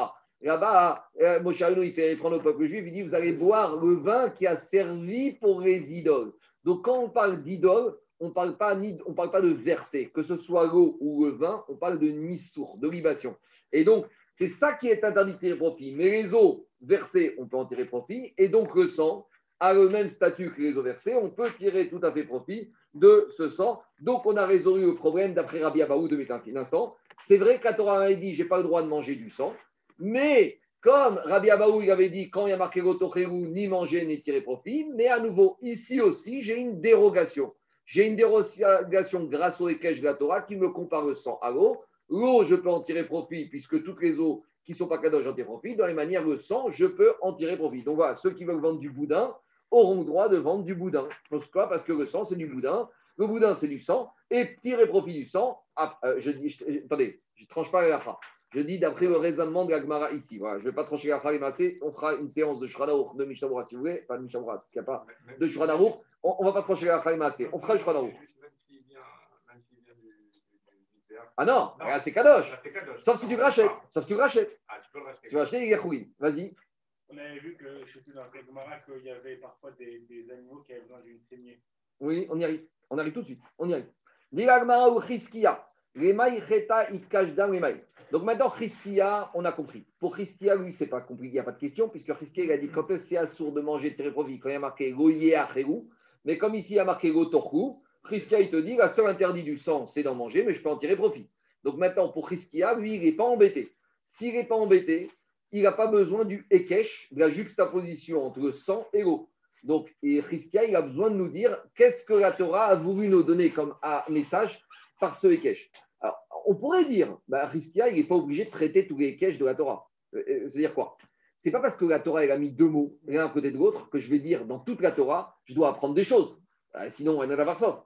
Là-bas, Moshe Rabbeinu, il fait prendre au peuple juif, il dit, vous allez boire le vin qui a servi pour les idoles. Donc, quand on parle d'idole, on ne parle pas de verset, que ce soit l'eau ou le vin, on parle de nissour, de libation. Et donc, c'est ça qui est interdit de tirer profit. Mais les eaux versées, on peut en tirer profit. Et donc, le sang a le même statut que les eaux versées. On peut tirer tout à fait profit de ce sang. Donc, on a résolu le problème d'après Rabbi Abaou de un instant. C'est vrai que la Torah avait dit, je n'ai pas le droit de manger du sang. Mais comme Rabbi Abaou, il avait dit, quand il y a marqué Gotocherou, ni manger, ni tirer profit. Mais à nouveau, ici aussi, j'ai une dérogation. J'ai une dérogation grâce au Ekech de la Torah qui me compare le sang à l'eau. L'eau, je peux en tirer profit puisque toutes les eaux qui ne sont pas kadosh, j'en tire profit. Dans les manières, le sang, je peux en tirer profit. Donc voilà, ceux qui veulent vendre du boudin auront le droit de vendre du boudin. Pourquoi ? Parce que le sang, c'est du boudin. Le boudin, c'est du sang. Et tirer profit du sang, attendez, je ne tranche pas la lacha. Je dis d'après le raisonnement de la Gemara ici. Voilà, je ne vais pas trancher la lacha et masser. On fera une séance de Shulchan de Mishnah Berurah si vous voulez. Pas de Mishnah Berurah, parce qu'il n'y a pas de Shulchan Aruch. On ne va pas trancher la lacha et masser. On fera le Shulchan Aruch. Ah non, là, c'est kadosh. Sauf si tu le rachètes. Sauf si tu le rachètes. Ah, tu peux le racheter. Tu vas acheter les Yachouim. Vas-y. On avait vu que chez dans le Gemara qu'il y avait parfois des animaux qui avaient besoin d'une saignée. Oui, on y arrive. On arrive tout de suite. On y arrive. Dilagmara ou Chiskia. Lemai cheta itkashdam lemai. Donc maintenant, Chiskia, on a compris. Pour Chiskia, lui, c'est pas compris. Il n'y a pas de question, puisque Chiskia, il a dit quand est-ce que c'est assourd de manger tirer profit, quand il y a marqué goyé achérou. Mais comme ici, il y a marqué gotorkou, Chiskia, il te dit la seule interdit du sang, c'est d'en manger, mais je peux en tirer profit. Donc maintenant, pour Chiskia, lui, il n'est pas embêté. S'il n'est pas embêté, il n'a pas besoin du Ekesh, de la juxtaposition entre le sang et l'eau. Donc, Chiskia, il a besoin de nous dire qu'est-ce que la Torah a voulu nous donner comme message par ce Ekesh. Alors, on pourrait dire, Chiskia, il n'est pas obligé de traiter tous les Ekesh de la Torah. C'est-à-dire quoi ? C'est pas parce que la Torah elle a mis deux mots l'un à côté de l'autre que je vais dire dans toute la Torah, je dois apprendre des choses. Sinon, on n'a pas sauf.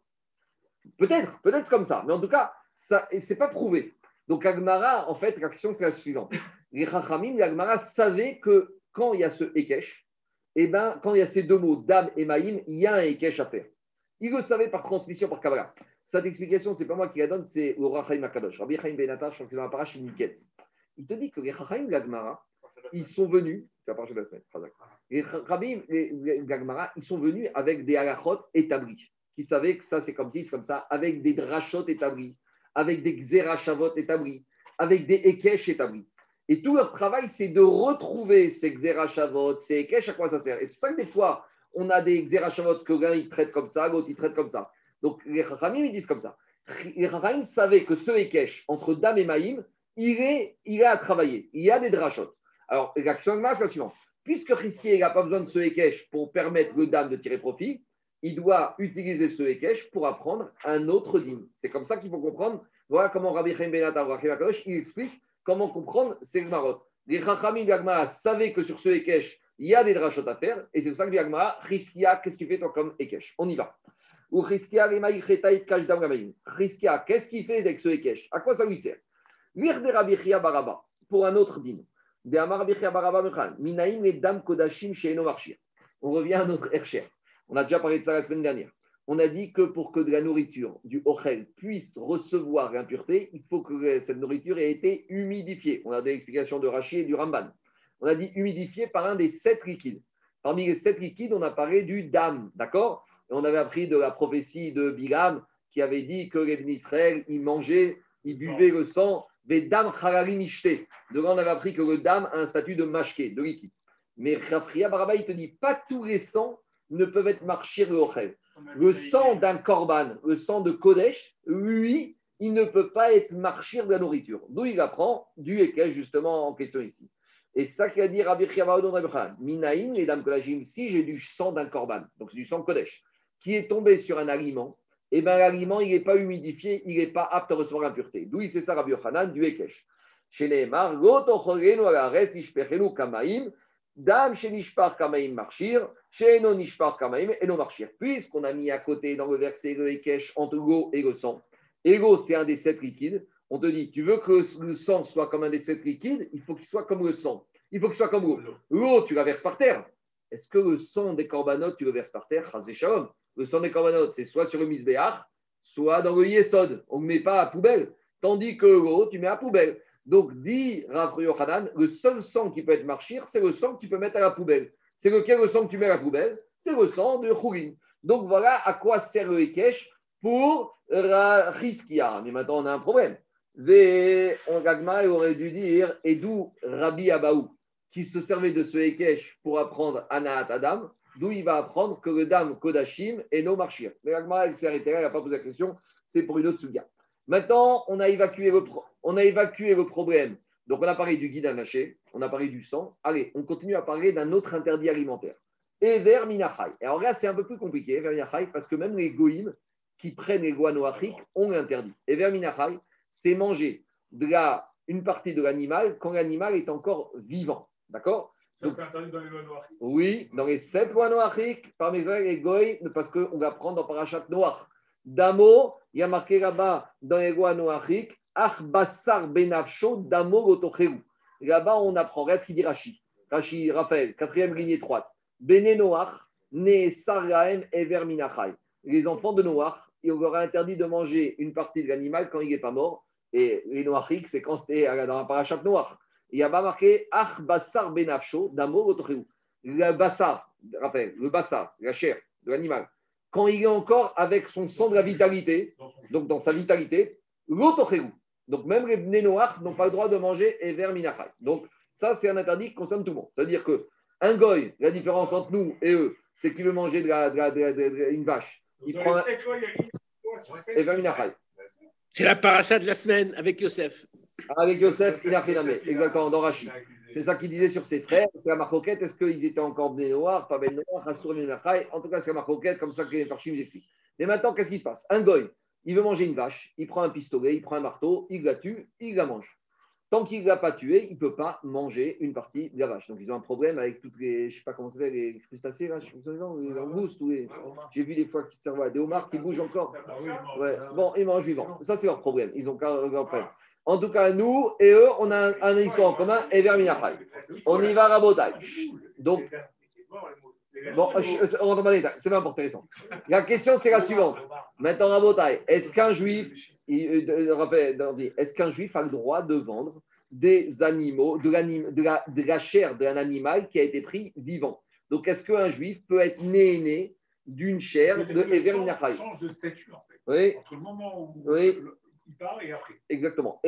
Peut-être comme ça. Mais en tout cas, ça, c'est pas prouvé. Donc, Agmara, en fait, la question, c'est la suivante. Les Chachamim, l'Agmara savait que quand il y a ce Ekesh, quand il y a ces deux mots, Dam et Maïm, il y a un Ekesh à faire. Il le savait par transmission, par Kabbalah. Cette explication, ce n'est pas moi qui la donne, c'est le Rachaim Akadosh. Rabbi Chaim Ben Atar, je crois que c'est dans la paracha Miketz. Il te dit que les Chachamim, l'Agmara, ils sont venus, c'est la paracha de la semaine, les Chachamim, l'Agmara, ils sont venus avec des halachot établis, qui savaient que ça, c'est comme ci, c'est comme ça, avec des drachot établis, avec des xerashavot établis, avec des Ekesh établis. Et tout leur travail, c'est de retrouver ces xerashavot, ces Ekesh, à quoi ça sert. Et c'est pour ça que des fois, on a des xerashavot que l'un, il traite comme ça, l'autre, il traite comme ça. Donc, les Chachamim, ils disent comme ça. Les Chachamim savaient que ce Ekesh, entre Dam et Maïm, il est à travailler. Il y a des drachot. Alors, l'action de masse, c'est la suivante. Puisque Chiskia n'a pas besoin de ce Ekesh pour permettre le Dam de tirer profit, il doit utiliser ce Ekesh pour apprendre un autre dîme. C'est comme ça qu'il faut comprendre. Voilà comment Rabbi Chaim Ben Atar, il explique comment comprendre ces Gmarot. Les Chachamim Gagmara savaient que sur ce Ekesh, il y a des drachot à faire. Et c'est pour ça que Gagmara, Chiskia, qu'est-ce que tu fais toi comme Ekesh ? On y va. Ou Chiskia, Chiskia, qu'est-ce qu'il fait avec ce Ekesh ? À quoi ça lui sert ? Lire de Rabbi Chia Baraba, pour un autre dîme. De Amar Rabbi Chia Baraba Mechan, Minaïm et Dam Kodashim chez Eno Marchir. On revient à notre Ercher. On a déjà parlé de ça la semaine dernière. On a dit que pour que de la nourriture, du ochel, puisse recevoir l'impureté, il faut que cette nourriture ait été humidifiée. On a des explications de Rashi et du Ramban. On a dit humidifiée par un des 7 liquides. Parmi les 7 liquides, on a parlé du dam, d'accord ? Et on avait appris de la prophétie de Bilam qui avait dit que les Israël, ils mangeaient, ils buvaient le sang des dam halalim ishte. De là, on avait appris que le dam a un statut de mashké, de liquide. Mais Rafria Baraba, il te dit, pas tous les sangs ne peuvent être marchir le ochel. Le sang d'un korban, le sang de Kodesh, lui, il ne peut pas être marchir de la nourriture. D'où il apprend du Ekesh, justement, en question ici. Et ça qu'il a dit Rabbi Chiavaodon Rabbi Minaïm, les dames Kolachim, si j'ai du sang d'un korban, donc c'est du sang Kodesh, qui est tombé sur un aliment, et bien l'aliment, il n'est pas humidifié, il n'est pas apte à recevoir l'impureté. D'où il sait ça, Rabbi Yochanan, du Ekesh. Chez Nehemar, Gotochorenu alares ishpechenu kamaim, Dam chez Nishpar Kamaim Marchir, chez Eno Nishpar Kamaim Eno Marchir. Puisqu'on a mis à côté dans le verset le Ekesh entre l'eau et le sang. Et l'eau, c'est un des 7 liquides. On te dit, tu veux que le sang soit comme un des 7 liquides, il faut qu'il soit comme le sang. Il faut qu'il soit comme l'eau. L'eau, tu la verses par terre. Est-ce que le sang des corbanotes, tu le verses par terre? Chazé Shalom. Le sang des corbanotes, c'est soit sur le misbéach, soit dans le yesod. On ne met pas à poubelle. Tandis que l'eau, tu mets à poubelle. Donc, dit Rav Yochanan, le seul sang qui peut être marchir, c'est le sang que tu peux mettre à la poubelle. C'est lequel le sang que tu mets à la poubelle? C'est le sang de Khourin. Donc, voilà à quoi sert le Ekech pour la Riskia. Mais maintenant, on a un problème. Gagma aurait dû dire, et d'où Rabbi Abaou, qui se servait de ce Ekech pour apprendre Anaat Adam, d'où il va apprendre que le Dam Kodashim est no marchir. Mais Gagma, elle s'est arrêtée là, il n'a pas posé la question, c'est pour une autre suga. Maintenant, on a évacué le problème. Donc, on a parlé du guide anaché, on a parlé du sang. Allez, on continue à parler d'un autre interdit alimentaire. Ever Minachai. Alors là, c'est un peu plus compliqué, Ever Minachai, parce que même les goïms qui prennent les lois noachiques ont l'interdit. Ever Minachai, c'est manger une partie de l'animal quand l'animal est encore vivant. D'accord? Ça, c'est interdit dans les lois noachiques. Oui, dans les 7 lois noachiques, parmi les goïms, parce qu'on va prendre dans Parashat Noach. Damo, il y a marqué là-bas dans les lois noachiques, Ach Bassar Benafsho Damo Gotocheru. Là-bas, on apprend, regarde ce qu'il dit Rashi, Raphaël, 4e ligne étroite. Bene Noach, Ne Sargaem Ever Minachai. Les enfants de Noach, il leur a interdit de manger une partie de l'animal quand il n'est pas mort. Et les noachiques, c'est quand c'était dans la parashat Noach. Il y a pas marqué Ach Bassar Benafsho Damo Gotocheru. Le bassar, Raphaël, le bassar, la chair de l'animal. Quand il est encore avec son sang de la vitalité, donc dans sa vitalité, l'autochérou. Donc même les Bnénoach n'ont pas le droit de manger Ever Minachai. Donc ça, c'est un interdit qui concerne tout le monde. C'est-à-dire qu'un goy, la différence entre nous et eux, c'est qu'il veut manger une vache. Il prend un Ever Minachai. C'est la paracha de la semaine avec Yosef. Avec Yosef, il a fait la main, exactement, dans Rashi. C'est ça qu'il disait sur ses frères. C'est la marcoquette. Est-ce qu'ils étaient encore ben noirs, pas ben noirs, Assour ben Machai? En tout cas, c'est la marcoquette, comme ça que les parchim expliquent. Mais maintenant, qu'est-ce qui se passe? Un goy, il veut manger une vache, il prend un pistolet, il prend un marteau, il la tue, il la mange. Tant qu'il ne l'a pas tuée, il ne peut pas manger une partie de la vache. Donc, ils ont un problème avec toutes les, je ne sais pas comment ça s'appelle, les crustacés, là, les langoustes. J'ai vu des fois qui servent à des homards qui bougent encore. Ouais. Bon, ils mangent vivant. Ça, c'est leur problème. Ils ont leur problème. En tout cas, nous et eux, on a un histoire en commun, Ever Minachai. On y va à Rabotai. Donc, bon, on entend pas les détails, c'est pas intéressant. La question, c'est la suivante. Maintenant, Rabotai, est-ce qu'un juif, est-ce qu'un juif a le droit de vendre des animaux, de la chair d'un animal qui a été pris vivant? Donc, est-ce qu'un juif peut être né d'une chair de Ever Minachai? Change de statut, en fait. Oui. Entre le moment où il part et après. Exactement.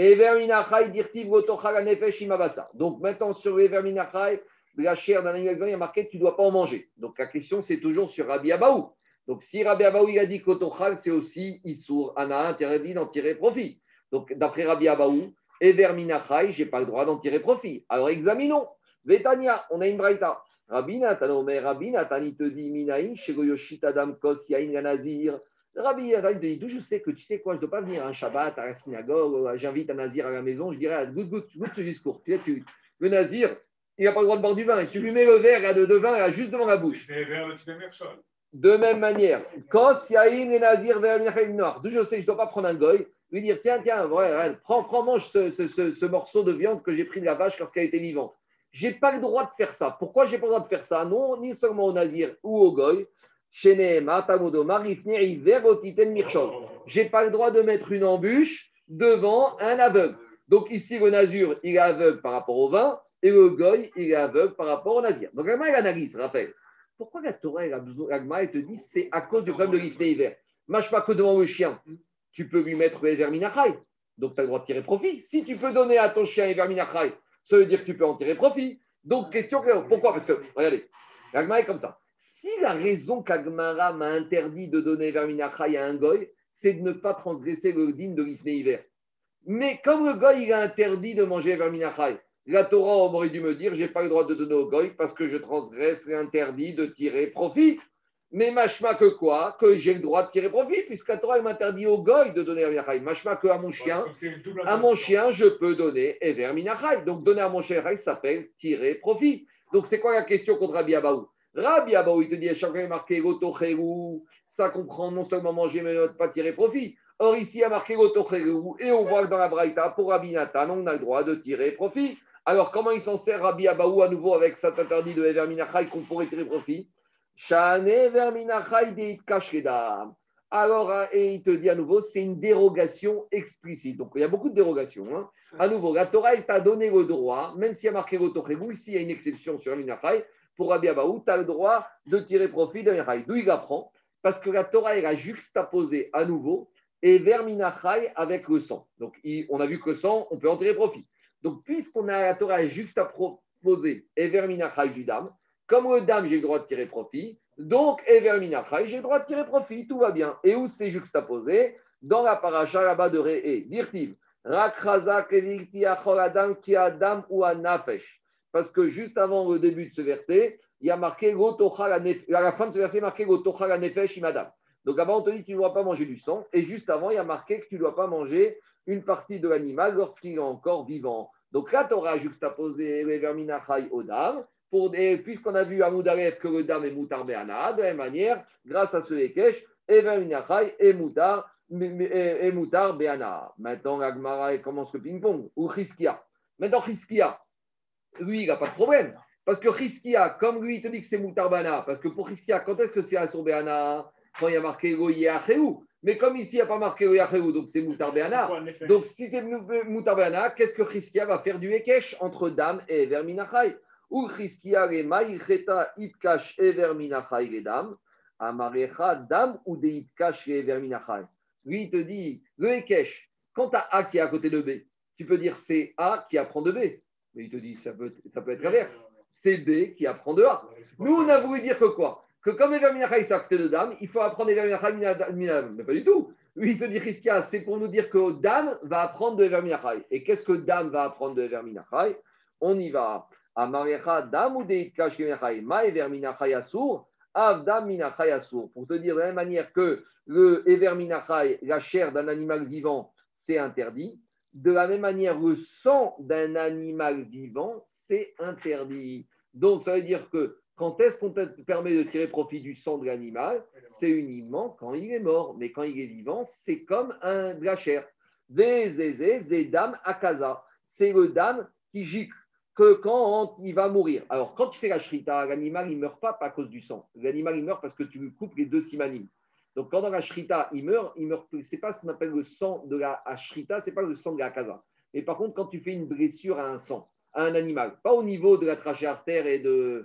Donc maintenant, sur l'Ever Minachai, la chair d'un animal, il y a marqué tu ne dois pas en manger. Donc la question, c'est toujours sur Rabbi Abaou. Donc si Rabbi Abaou il a dit qu'Otochal, c'est aussi Issour, Ana, interdit d'en tirer profit. Donc d'après Rabbi Abaou, Ever Minachai, je n'ai pas le droit d'en tirer profit. Alors examinons. Vetania, on a une braïta. Rabbi Nathan, il te dit Minaï, Shegoyoshit Adam Kos Yain Ganazir. Rabbi Nathan, il te dit d'où je sais que tu sais quoi, je ne dois pas venir un Shabbat à la synagogue, j'invite un Nazir à la maison, je dirais goûte ce discours. Tu sais, le Nazir, il n'a pas le droit de boire du vin, et tu lui mets le verre de vin là, juste devant la bouche. De même manière, Kos Yain et Nazir vers Minachai Noir, d'où je sais que je ne dois pas prendre un goy, lui dire tiens, prends, mange ce morceau de viande que j'ai pris de la vache lorsqu'elle était vivante. Je n'ai pas le droit de faire ça. Pourquoi je n'ai pas le droit de faire ça? Non, ni seulement au Nazir ou au Goy. Je n'ai pas le droit de mettre une embûche devant un aveugle. Donc ici, le Nazir, il est aveugle par rapport au vin et le Goy, il est aveugle par rapport au Nazir. Donc l'Agma, il analyse, Raphaël. Pourquoi la Torah, l'Agma, elle te dit c'est à cause du problème de l'Ifné hiver. Marche pas que devant le chien. Tu peux lui mettre le Ever Minachai. Donc tu as le droit de tirer profit. Si tu peux donner à ton chien Ever Minachai, ça veut dire que tu peux en tirer profit. Donc, question claire. Pourquoi? Parce que, regardez, l'Agma est comme ça. Si la raison qu'Agmara m'a interdit de donner Verminachai à un goy, c'est de ne pas transgresser le din de l'Ifné hiver. Mais comme le goy, il a interdit de manger Verminachai, la Torah aurait dû me dire, je n'ai pas le droit de donner au goy parce que je transgresse l'interdit de tirer profit. Mais machma que quoi? Que j'ai le droit de tirer profit, puisque la Torah m'interdit au goy de donner Verminachai. Machma que à mon chien, je peux donner Verminachai. Donc donner à mon chien, ça s'appelle tirer profit. Donc c'est quoi la question contre Rabbi Abaou? Rabbi Abaou, il te dit, à chaque fois il est marqué Gotocherou, ça comprend non seulement manger, mais ne pas tirer profit. Or ici, il y a marqué Gotocherou, et on voit que dans la Braïta, pour Rabbi Nathan, on a le droit de tirer profit. Alors comment il s'en sert Rabbi Abaou à nouveau avec cet interdit de Verminachai qu'on pourrait tirer profit? Alors, et il te dit à nouveau, c'est une dérogation explicite. Donc, il y a beaucoup de dérogations. Hein. À nouveau, la Torah, elle t'a donné le droit, même s'il y a marqué Rotochegou, ici, il y a une exception sur Minachai, pour Rabbi Abaou, tu as le droit de tirer profit de Minachai. D'où il apprend? Parce que la Torah, elle a juxtaposé à nouveau et vers Minachai avec le sang. Donc, on a vu que le sang, on peut en tirer profit. Donc, puisqu'on a la Torah juxtaposée et vers Minachai du dam, comme le dam, j'ai le droit de tirer profit, donc, Ever Minachai, j'ai le droit de tirer profit, tout va bien. Et où c'est juxtaposé? Dans la paracha là-bas de Réé. Dirtiv, Rakraza kevilti achol adam ki adam ou anafesh. Parce que juste avant le début de ce verset, il y a marqué à la fin de ce verset, il y a marqué Gotochal anefesh imadam. Donc là-bas, on te dit que tu ne dois pas manger du sang. Et juste avant, il y a marqué que tu ne dois pas manger une partie de l'animal lorsqu'il est encore vivant. Donc là, tu auras juxtaposé Ever Minachai au dam. Puisqu'on a vu à Moudaref que le dam est moutar béana, de la même manière, grâce à ce Ekech, Ever Minachai est moutar béana. Maintenant, la Gemara commence le ping-pong, ou Chizkia. Maintenant, Chizkia, lui, il n'a pas de problème. Parce que Chizkia, comme lui, il te dit que c'est moutar béana, parce que pour Chizkia, quand est-ce que c'est Asur béana? Quand il y a marqué Goye Achéou. Mais comme ici, il n'y a pas marqué Goye Achéou, donc c'est moutar béana. Donc, si c'est moutar béana, qu'est-ce que Chizkia va faire du Ekech entre dam et Ever Minachai? Ou Chizkia le maïcheta itkash ever minachai le dam, amarecha dam ou de itkash ever minachai. Lui, il te dit, le Ekesh, quand tu as A qui est à côté de B, tu peux dire c'est A qui apprend de B. Mais il te dit, ça peut être l'inverse. C'est B qui apprend de A. Nous, on a voulu dire que quoi? Que comme ever minachai c'est à côté de dam, il faut apprendre ever minachai minadam. Mais pas du tout. Lui, il te dit, Chizkia, c'est pour nous dire que dam va apprendre de ever minachai. Et qu'est-ce que dam va apprendre de ever minachai? On y va. Amarecha dam ou deit kash minachai ma ever minachai asur avdam minachai asur. Pour te dire de la même manière que le ever minachai, la chair d'un animal vivant, c'est interdit. De la même manière, le sang d'un animal vivant, c'est interdit. Donc, ça veut dire que quand est-ce qu'on te permet de tirer profit du sang de l'animal? C'est uniquement quand il est mort. Mais quand il est vivant, c'est comme de la chair. Vezézé, zedam akaza. C'est le dam qui gicle. Que quand il va mourir. Alors, quand tu fais la shrita, l'animal, il ne meurt pas à cause du sang. L'animal, il meurt parce que tu lui coupes les deux simanim. Donc, quand dans la shrita, il meurt, ce n'est pas ce qu'on appelle le sang de la shrita, ce n'est pas le sang de la kaza. Mais par contre, quand tu fais une blessure à un sang, à un animal, pas au niveau de la trachée artère et de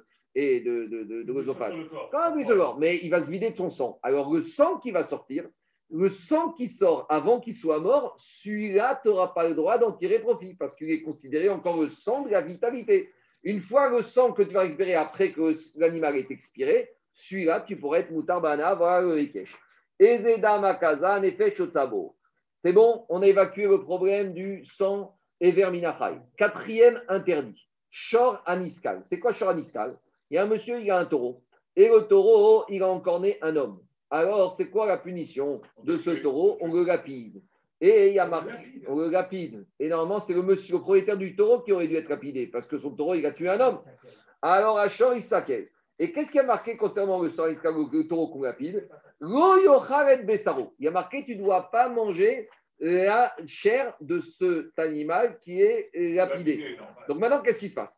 l'œsophage. Quand il se mort, mais il va se vider de son sang. Alors, le sang qui va sortir, le sang qui sort avant qu'il soit mort, celui-là, tu n'auras pas le droit d'en tirer profit parce qu'il est considéré encore le sang de la vitalité. Une fois le sang que tu vas récupérer après que l'animal est expiré, celui-là, tu pourrais être moutar bana, voilà le Ekesh. Ezeda makaza, nefesh otsabo. C'est bon, on a évacué le problème du sang ever minachai. Quatrième interdit, shor aniskal. C'est quoi shor aniskal? Il y a un monsieur, il a un taureau. Et le taureau, il a encore né un homme. Alors, c'est quoi la punition de ce taureau? On le lapide. Et il y a marqué, on le lapide. Et normalement, c'est le monsieur, le propriétaire du taureau qui aurait dû être lapidé, parce que son taureau, il a tué un homme. Alors, Achor, il s'aquelle. Et qu'est-ce qu'il y a marqué concernant le taureau qu'on lapide? Lo yochal et besaro. Il y a marqué, tu ne dois pas manger la chair de cet animal qui est lapidé. Donc maintenant, qu'est-ce qui se passe?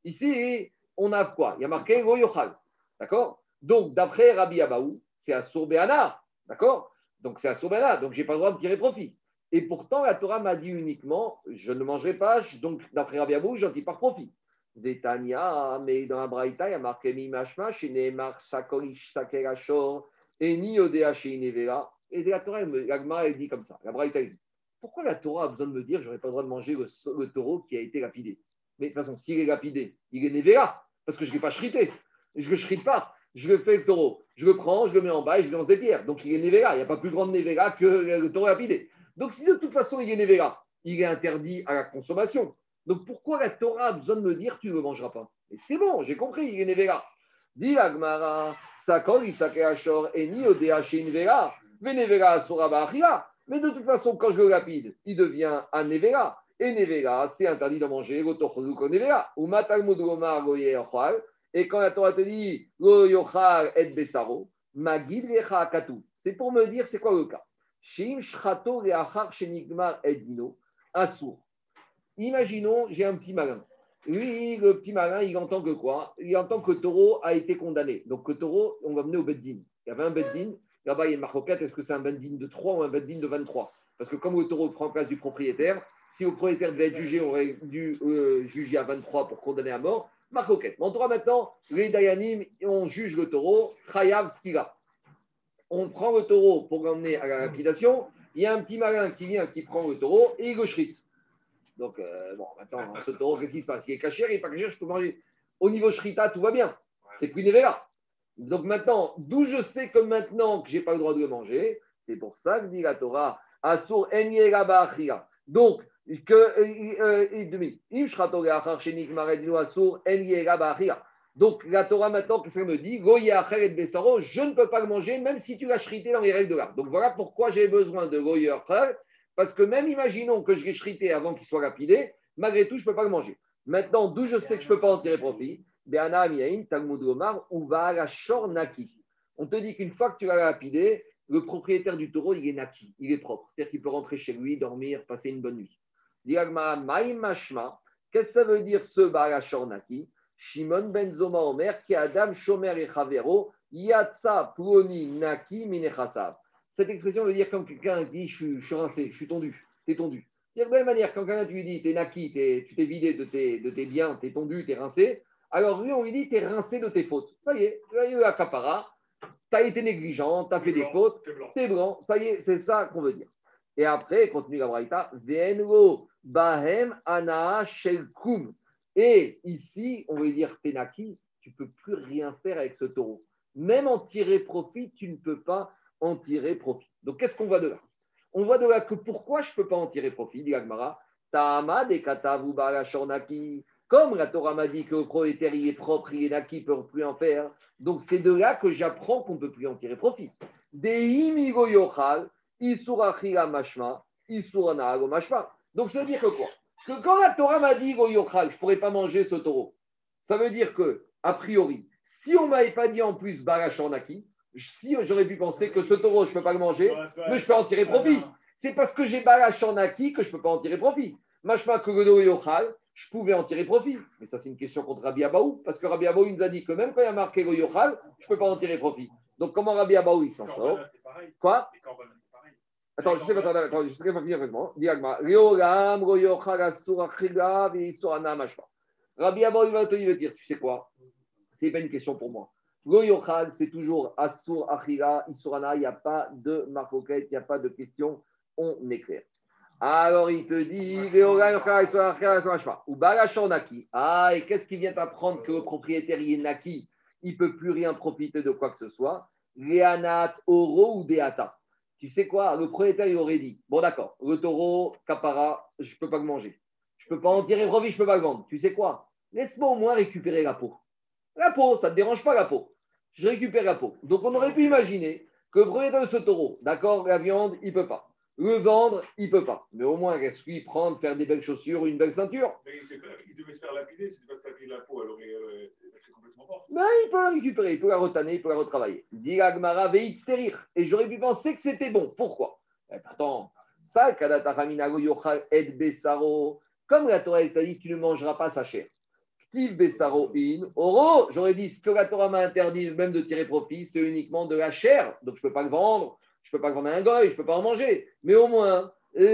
Ici, on a quoi? Il y a marqué lo yochal. D'accord? Donc, d'après Rabbi Abaou, c'est à Sourbéana, d'accord? Donc c'est à Sourbéana, donc je n'ai pas le droit de tirer profit. Et pourtant, la Torah m'a dit uniquement, je ne mangerai pas, donc d'après Rabbi Abou, j'en tire par profit. Détania, mais dans la Braïta, il y a marqué Mimashma, chez Neymar, Sakorish, Sakerachor, et ni Odea chez Inevera. Et la Torah, la Gemara, elle dit comme ça. La Braïta, elle dit, pourquoi la Torah a besoin de me dire, je n'aurais pas le droit de manger le taureau qui a été lapidé? Mais de toute façon, s'il est lapidé, il est Nevera, parce que je ne l'ai pas shrité. Je ne le shrite pas. Je le fais le taureau, je le prends, je le mets en bas et je lance des pierres. Donc il est Nevera, il n'y a pas plus grande Nevera que le taureau lapidé. Donc si de toute façon il est Nevera, il est interdit à la consommation. Donc pourquoi la Torah a besoin de me dire tu ne le mangeras pas? Et c'est bon, j'ai compris, il est Nevera. Dit Agmara, Sakol, Isake Achor, et ni Odea chez Nevera, mais Nevera Soraba Achila. Mais de toute façon, quand je le lapide, il devient un Nevera. Et Nevera, c'est interdit de manger le tochouko Nevera. Ou Matalmud Gomar Goye Ochal. Et quand la Torah te dit Lo yochal et besaro, magid lecha katu. C'est pour me dire c'est quoi le cas. Shim shrato leachar shenigmar et dino asur. Imaginons j'ai un petit malin. Lui, le petit malin, il entend que quoi? Il entend que le taureau a été condamné. Donc le taureau, on va mener au beddin. Il y avait un beddin Là-bas, il y a une marcoquette, est-ce que c'est un bandine de 3 ou un bandine de 23 ? Parce que comme le taureau prend place du propriétaire, si le propriétaire devait être jugé, on aurait dû juger à 23 pour condamner à mort. Marcoquette. Mais on aura maintenant, les Dayanim, on juge le taureau, Chayav Skila. On prend le taureau pour l'emmener à la lapidation. Il y a un petit malin qui vient, qui prend le taureau et il le shrite. Donc, maintenant, ce taureau, qu'est-ce qui se passe ? Il est caché, il n'est pas caché, je peux manger. Au niveau shrita, tout va bien. C'est plus Nevera. Donc maintenant, d'où je sais que maintenant que je n'ai pas le droit de le manger, c'est pour ça que dit la Torah, Asur Enyera Ba'achia. Donc, donc, la Torah maintenant, qu'est-ce qu'elle me dit ? Je ne peux pas le manger, même si tu l'as shrité dans les règles de l'art. Donc, voilà pourquoi j'ai besoin de Goyer Achar, parce que même imaginons que je l'ai shrité avant qu'il soit lapidé, malgré tout, je ne peux pas le manger. Maintenant, d'où je sais que je ne peux pas en tirer profit ? On te dit qu'une fois que tu l'as lapidé, le propriétaire du taureau, il est naki, il est propre. C'est-à-dire qu'il peut rentrer chez lui, dormir, passer une bonne nuit. Qu'est-ce que ça veut dire ce Baalachor naki ? Shimon ben Zoma Omer, qui Adam Shomer et Chavero, Yatsa Ploni Naki Minechasav. Cette expression veut dire quand quelqu'un dit je suis rincé, je suis tondu, t'es tondu. De la même manière, quand quelqu'un lui dit t'es naki, tu t'es vidé de tes biens, t'es tondu, t'es rincé, alors lui on lui dit t'es rincé de tes fautes. Ça y est, tu as eu un capara, t'as été négligent, t'as fait des fautes, t'es blanc, ça y est, c'est ça qu'on veut dire. Et après, continue la braïta, Venlo Bahem Ana Shelkum. Et ici, on veut dire t'es naki, tu ne peux plus rien faire avec ce taureau. Même en tirer profit, tu ne peux pas en tirer profit. Donc, qu'est-ce qu'on voit de là ? On voit de là que pourquoi je ne peux pas en tirer profit, dit Agmara, Ta'ama de Katavu Baalachor naki. Comme la Torah m'a dit que le propriétaire il est propre, il est naki, il ne peut plus en faire. Donc, c'est de là que j'apprends qu'on ne peut plus en tirer profit. Deimigo yochal, isurachila mashma, isuranago mashma. Donc, ça veut dire que quoi ? Que quand la Torah m'a dit goyochal, je ne pourrais pas manger ce taureau. Ça veut dire que, a priori, si on ne m'avait pas dit en plus Baalachor naki, si j'aurais pu penser que ce taureau, je ne peux pas le manger, mais je peux en tirer profit. C'est parce que j'ai Baalachor naki que je ne peux pas en tirer profit. Mashma que le yochal, je pouvais en tirer profit. Mais ça, c'est une question contre Rabbi Abaou, parce que Rabbi Abaou, il nous a dit que même quand il y a marqué le yochal, je ne peux pas en tirer profit. Donc, comment Rabbi Abaou, il s'en sort ? Quoi ? Attends, je sais pas finir vraiment. Rabbi Abaou, il va te dire, tu sais quoi ? C'est pas une question pour moi. Lo yochal, c'est toujours Asur Achila, Isurana, il n'y a pas de marcoquette, il n'y a pas de question, on est clair. Alors il te dit, ou Baalachor naki. Ah, et qu'est-ce qui vient t'apprendre que le propriétaire il est naki, il ne peut plus rien profiter de quoi que ce soit. Leanat, oro ou deata. Tu sais quoi, le propriétaire il aurait dit, bon d'accord, le taureau, capara, je ne peux pas le manger. Je ne peux pas en tirer profit, je ne peux pas le vendre. Tu sais quoi, laisse-moi au moins récupérer la peau. La peau, ça ne te dérange pas la peau. Je récupère la peau. Donc on aurait pu imaginer que le propriétaire de ce taureau, d'accord, la viande, il ne peut pas. Le vendre, il ne peut pas. Mais au moins, laisse-lui prendre, faire des belles chaussures, une belle ceinture. Mais il devait se faire lapider, s'il ne devait pas se lapider la peau, alors c'est complètement mort. Ben, il peut la récupérer, il peut la retaner, il peut la retravailler. Dit Agmara veitsterir. Et j'aurais pu penser que c'était bon. Pourquoi ? Attends, ça, kadatachaminago yochal et besaro. Comme la Torah t'a dit, tu ne mangeras pas sa chair. Ktiv besaro in. Oro, j'aurais dit, ce que la Torah m'a interdit même de tirer profit, c'est uniquement de la chair. Donc je ne peux pas le vendre. Je ne peux pas le vendre à un goy, je ne peux pas en manger. Mais au moins,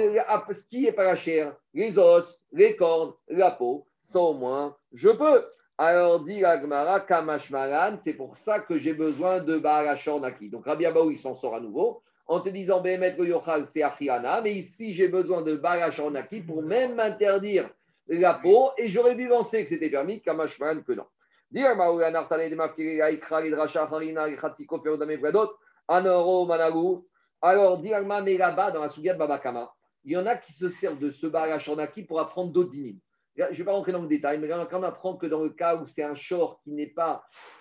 ce qui n'est pas la chair, les os, les cornes, la peau, ça au moins, je peux. Alors dit Agmara, Kamashmaran, c'est pour ça que j'ai besoin de Baalachor naki. Donc Rabbi Abaou, il s'en sort à nouveau, en te disant, Behemet le Yochal, c'est Achiana, mais ici j'ai besoin de Baalachor naki pour même m'interdire la peau, et j'aurais dû penser que c'était permis, Kamashmaran, que non. Dit Agmara, Anartane de Mafkiri, Aikra, Lidracha, Farina, Khatsiko, Feodame, Vradot. Anoro, Managou. Alors, dit Alma, mais là-bas, dans la Souga de Babakama, il y en a qui se servent de ce Baalachor naki pour apprendre d'autres dynimes. Je ne vais pas rentrer dans le détail, mais là, quand on apprend que dans le cas où c'est un shor qui n'est pas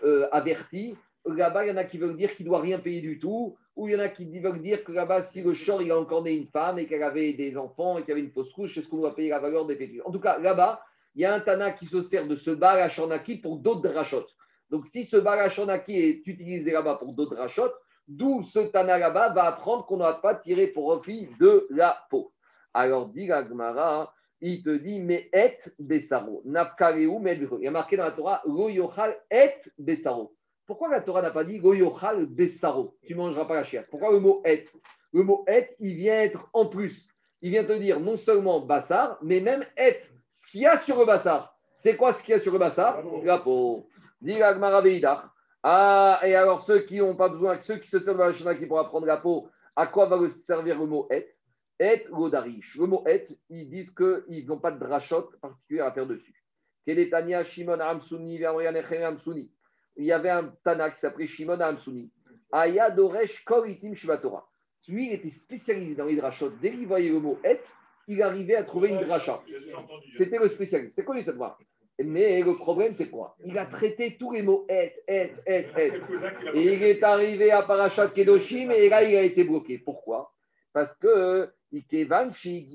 averti, là-bas, il y en a qui veulent dire qu'il ne doit rien payer du tout, ou il y en a qui veulent dire que là-bas, si le shor il a encore né une femme et qu'elle avait des enfants et qu'il y avait une fausse couche, est-ce qu'on doit payer la valeur des fétus ? En tout cas, là-bas, il y a un Tana qui se sert de ce Baalachor naki pour d'autres drachotes. Donc, si ce Baalachor naki est utilisé là-bas pour d'autres drachotes, d'où ce Tana là-bas va apprendre qu'on n'aura pas tiré profit de la peau. Alors, dit la Gemara, il te dit, mais et besaro, nafkareu medro. Il y a marqué dans la Torah, lo yochal et besaro. Pourquoi la Torah n'a pas dit Goyochal Bessaro, tu ne mangeras pas la chair? Pourquoi le mot et? Le mot et, il vient être en plus. Il vient te dire non seulement bassar, mais même et. Ce qu'il y a sur le bassar. C'est quoi ce qu'il y a sur le bassar? La peau. Dit l'Agmara Veidach. Ah, et alors ceux qui n'ont pas besoin, ceux qui se servent de la Shana qui pourra prendre la peau, à quoi va servir le mot et? Et l'odarish. Le mot et, ils disent qu'ils n'ont pas de drachot particulière à faire dessus. Keletania Shimon Amsuni, Amsuni. Il y avait un Tana qui s'appelait Shimon Amsuni. Aya Doresh Koritim Shivatora. Lui, il était spécialisé dans les drachot. Dès qu'il voyait le mot et, il arrivait à trouver une dracha. C'était le spécialiste. C'est connu cette voix. Mais le problème, c'est quoi? Il a traité tous les mots et. Et il est arrivé à Parashat Kedoshim et là, il a été bloqué. Pourquoi? Parce que il y a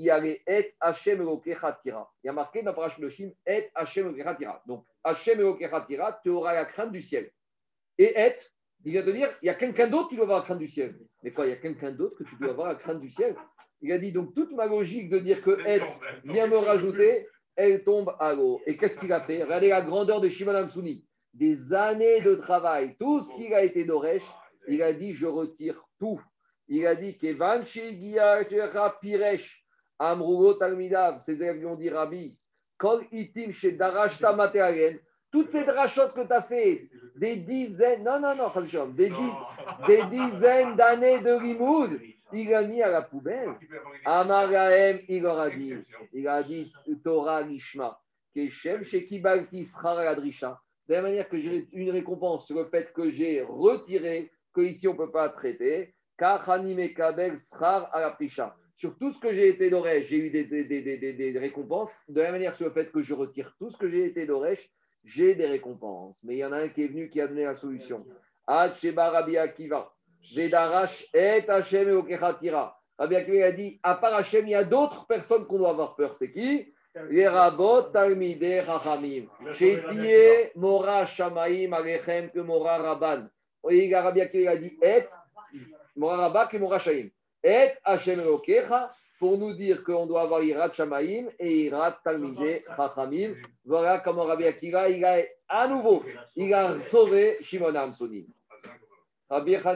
marqué dans Parashat Kedoshim et Hashem Elokechatira. Donc, Hashem Elokechatira, tu auras la crainte du ciel. Et il vient te dire, il y a quelqu'un d'autre qui doit avoir la crainte du ciel. Mais quoi, il y a quelqu'un d'autre que tu dois avoir la crainte du ciel? Il a dit donc toute ma logique de dire que vient me rajouter, elle tombe à l'eau. Et qu'est-ce qu'il a fait? Regardez la grandeur de Shimon Amsuni. Des années de travail, tout ce qu'il a été d'Oresh, il a dit je retire tout. Il a dit Kevan Shegia Piresh Amrugo Talmidav, ses élèves lui ont dit Rabbi, Kol Itim chez Darashta Materagen, toutes ces drachotes que tu as fait, des dizaines, des dizaines d'années de limoud, il a mis à la poubelle. Amarahem, il a dit Torah Lishma, Keshem Shekibalti Srar Adrisha. De la manière que j'ai une récompense sur le fait que j'ai retiré, qu'ici on ne peut pas traiter, Kachanime Kabel Srar Alaprisha. Sur tout ce que j'ai été d'Oresh, j'ai eu des récompenses. De la manière sur le fait que je retire tout ce que j'ai été d'Oresh, j'ai des récompenses. Mais il y en a un qui est venu qui a donné la solution. Sheba Rabbi Akiva. Vedarash et Hashem et Okechatira. Rabbi Akiva a dit, à part Hashem, il y a d'autres personnes qu'on doit avoir peur. C'est qui? Les Rabot Talmidei Chachamim. Shetie Mora Shamaim Alechem que Mora Rabban. Et Rabbi Akiva a dit, et Mora Rabba que Mora Shaim. Et Hashem Elokecha, pour nous dire qu'on doit avoir Irat Shamaim et Irat Talmidei Chachamim. Voilà comment Rabbi Akiva, il a à nouveau, il a sauvé Shimon Amsuni.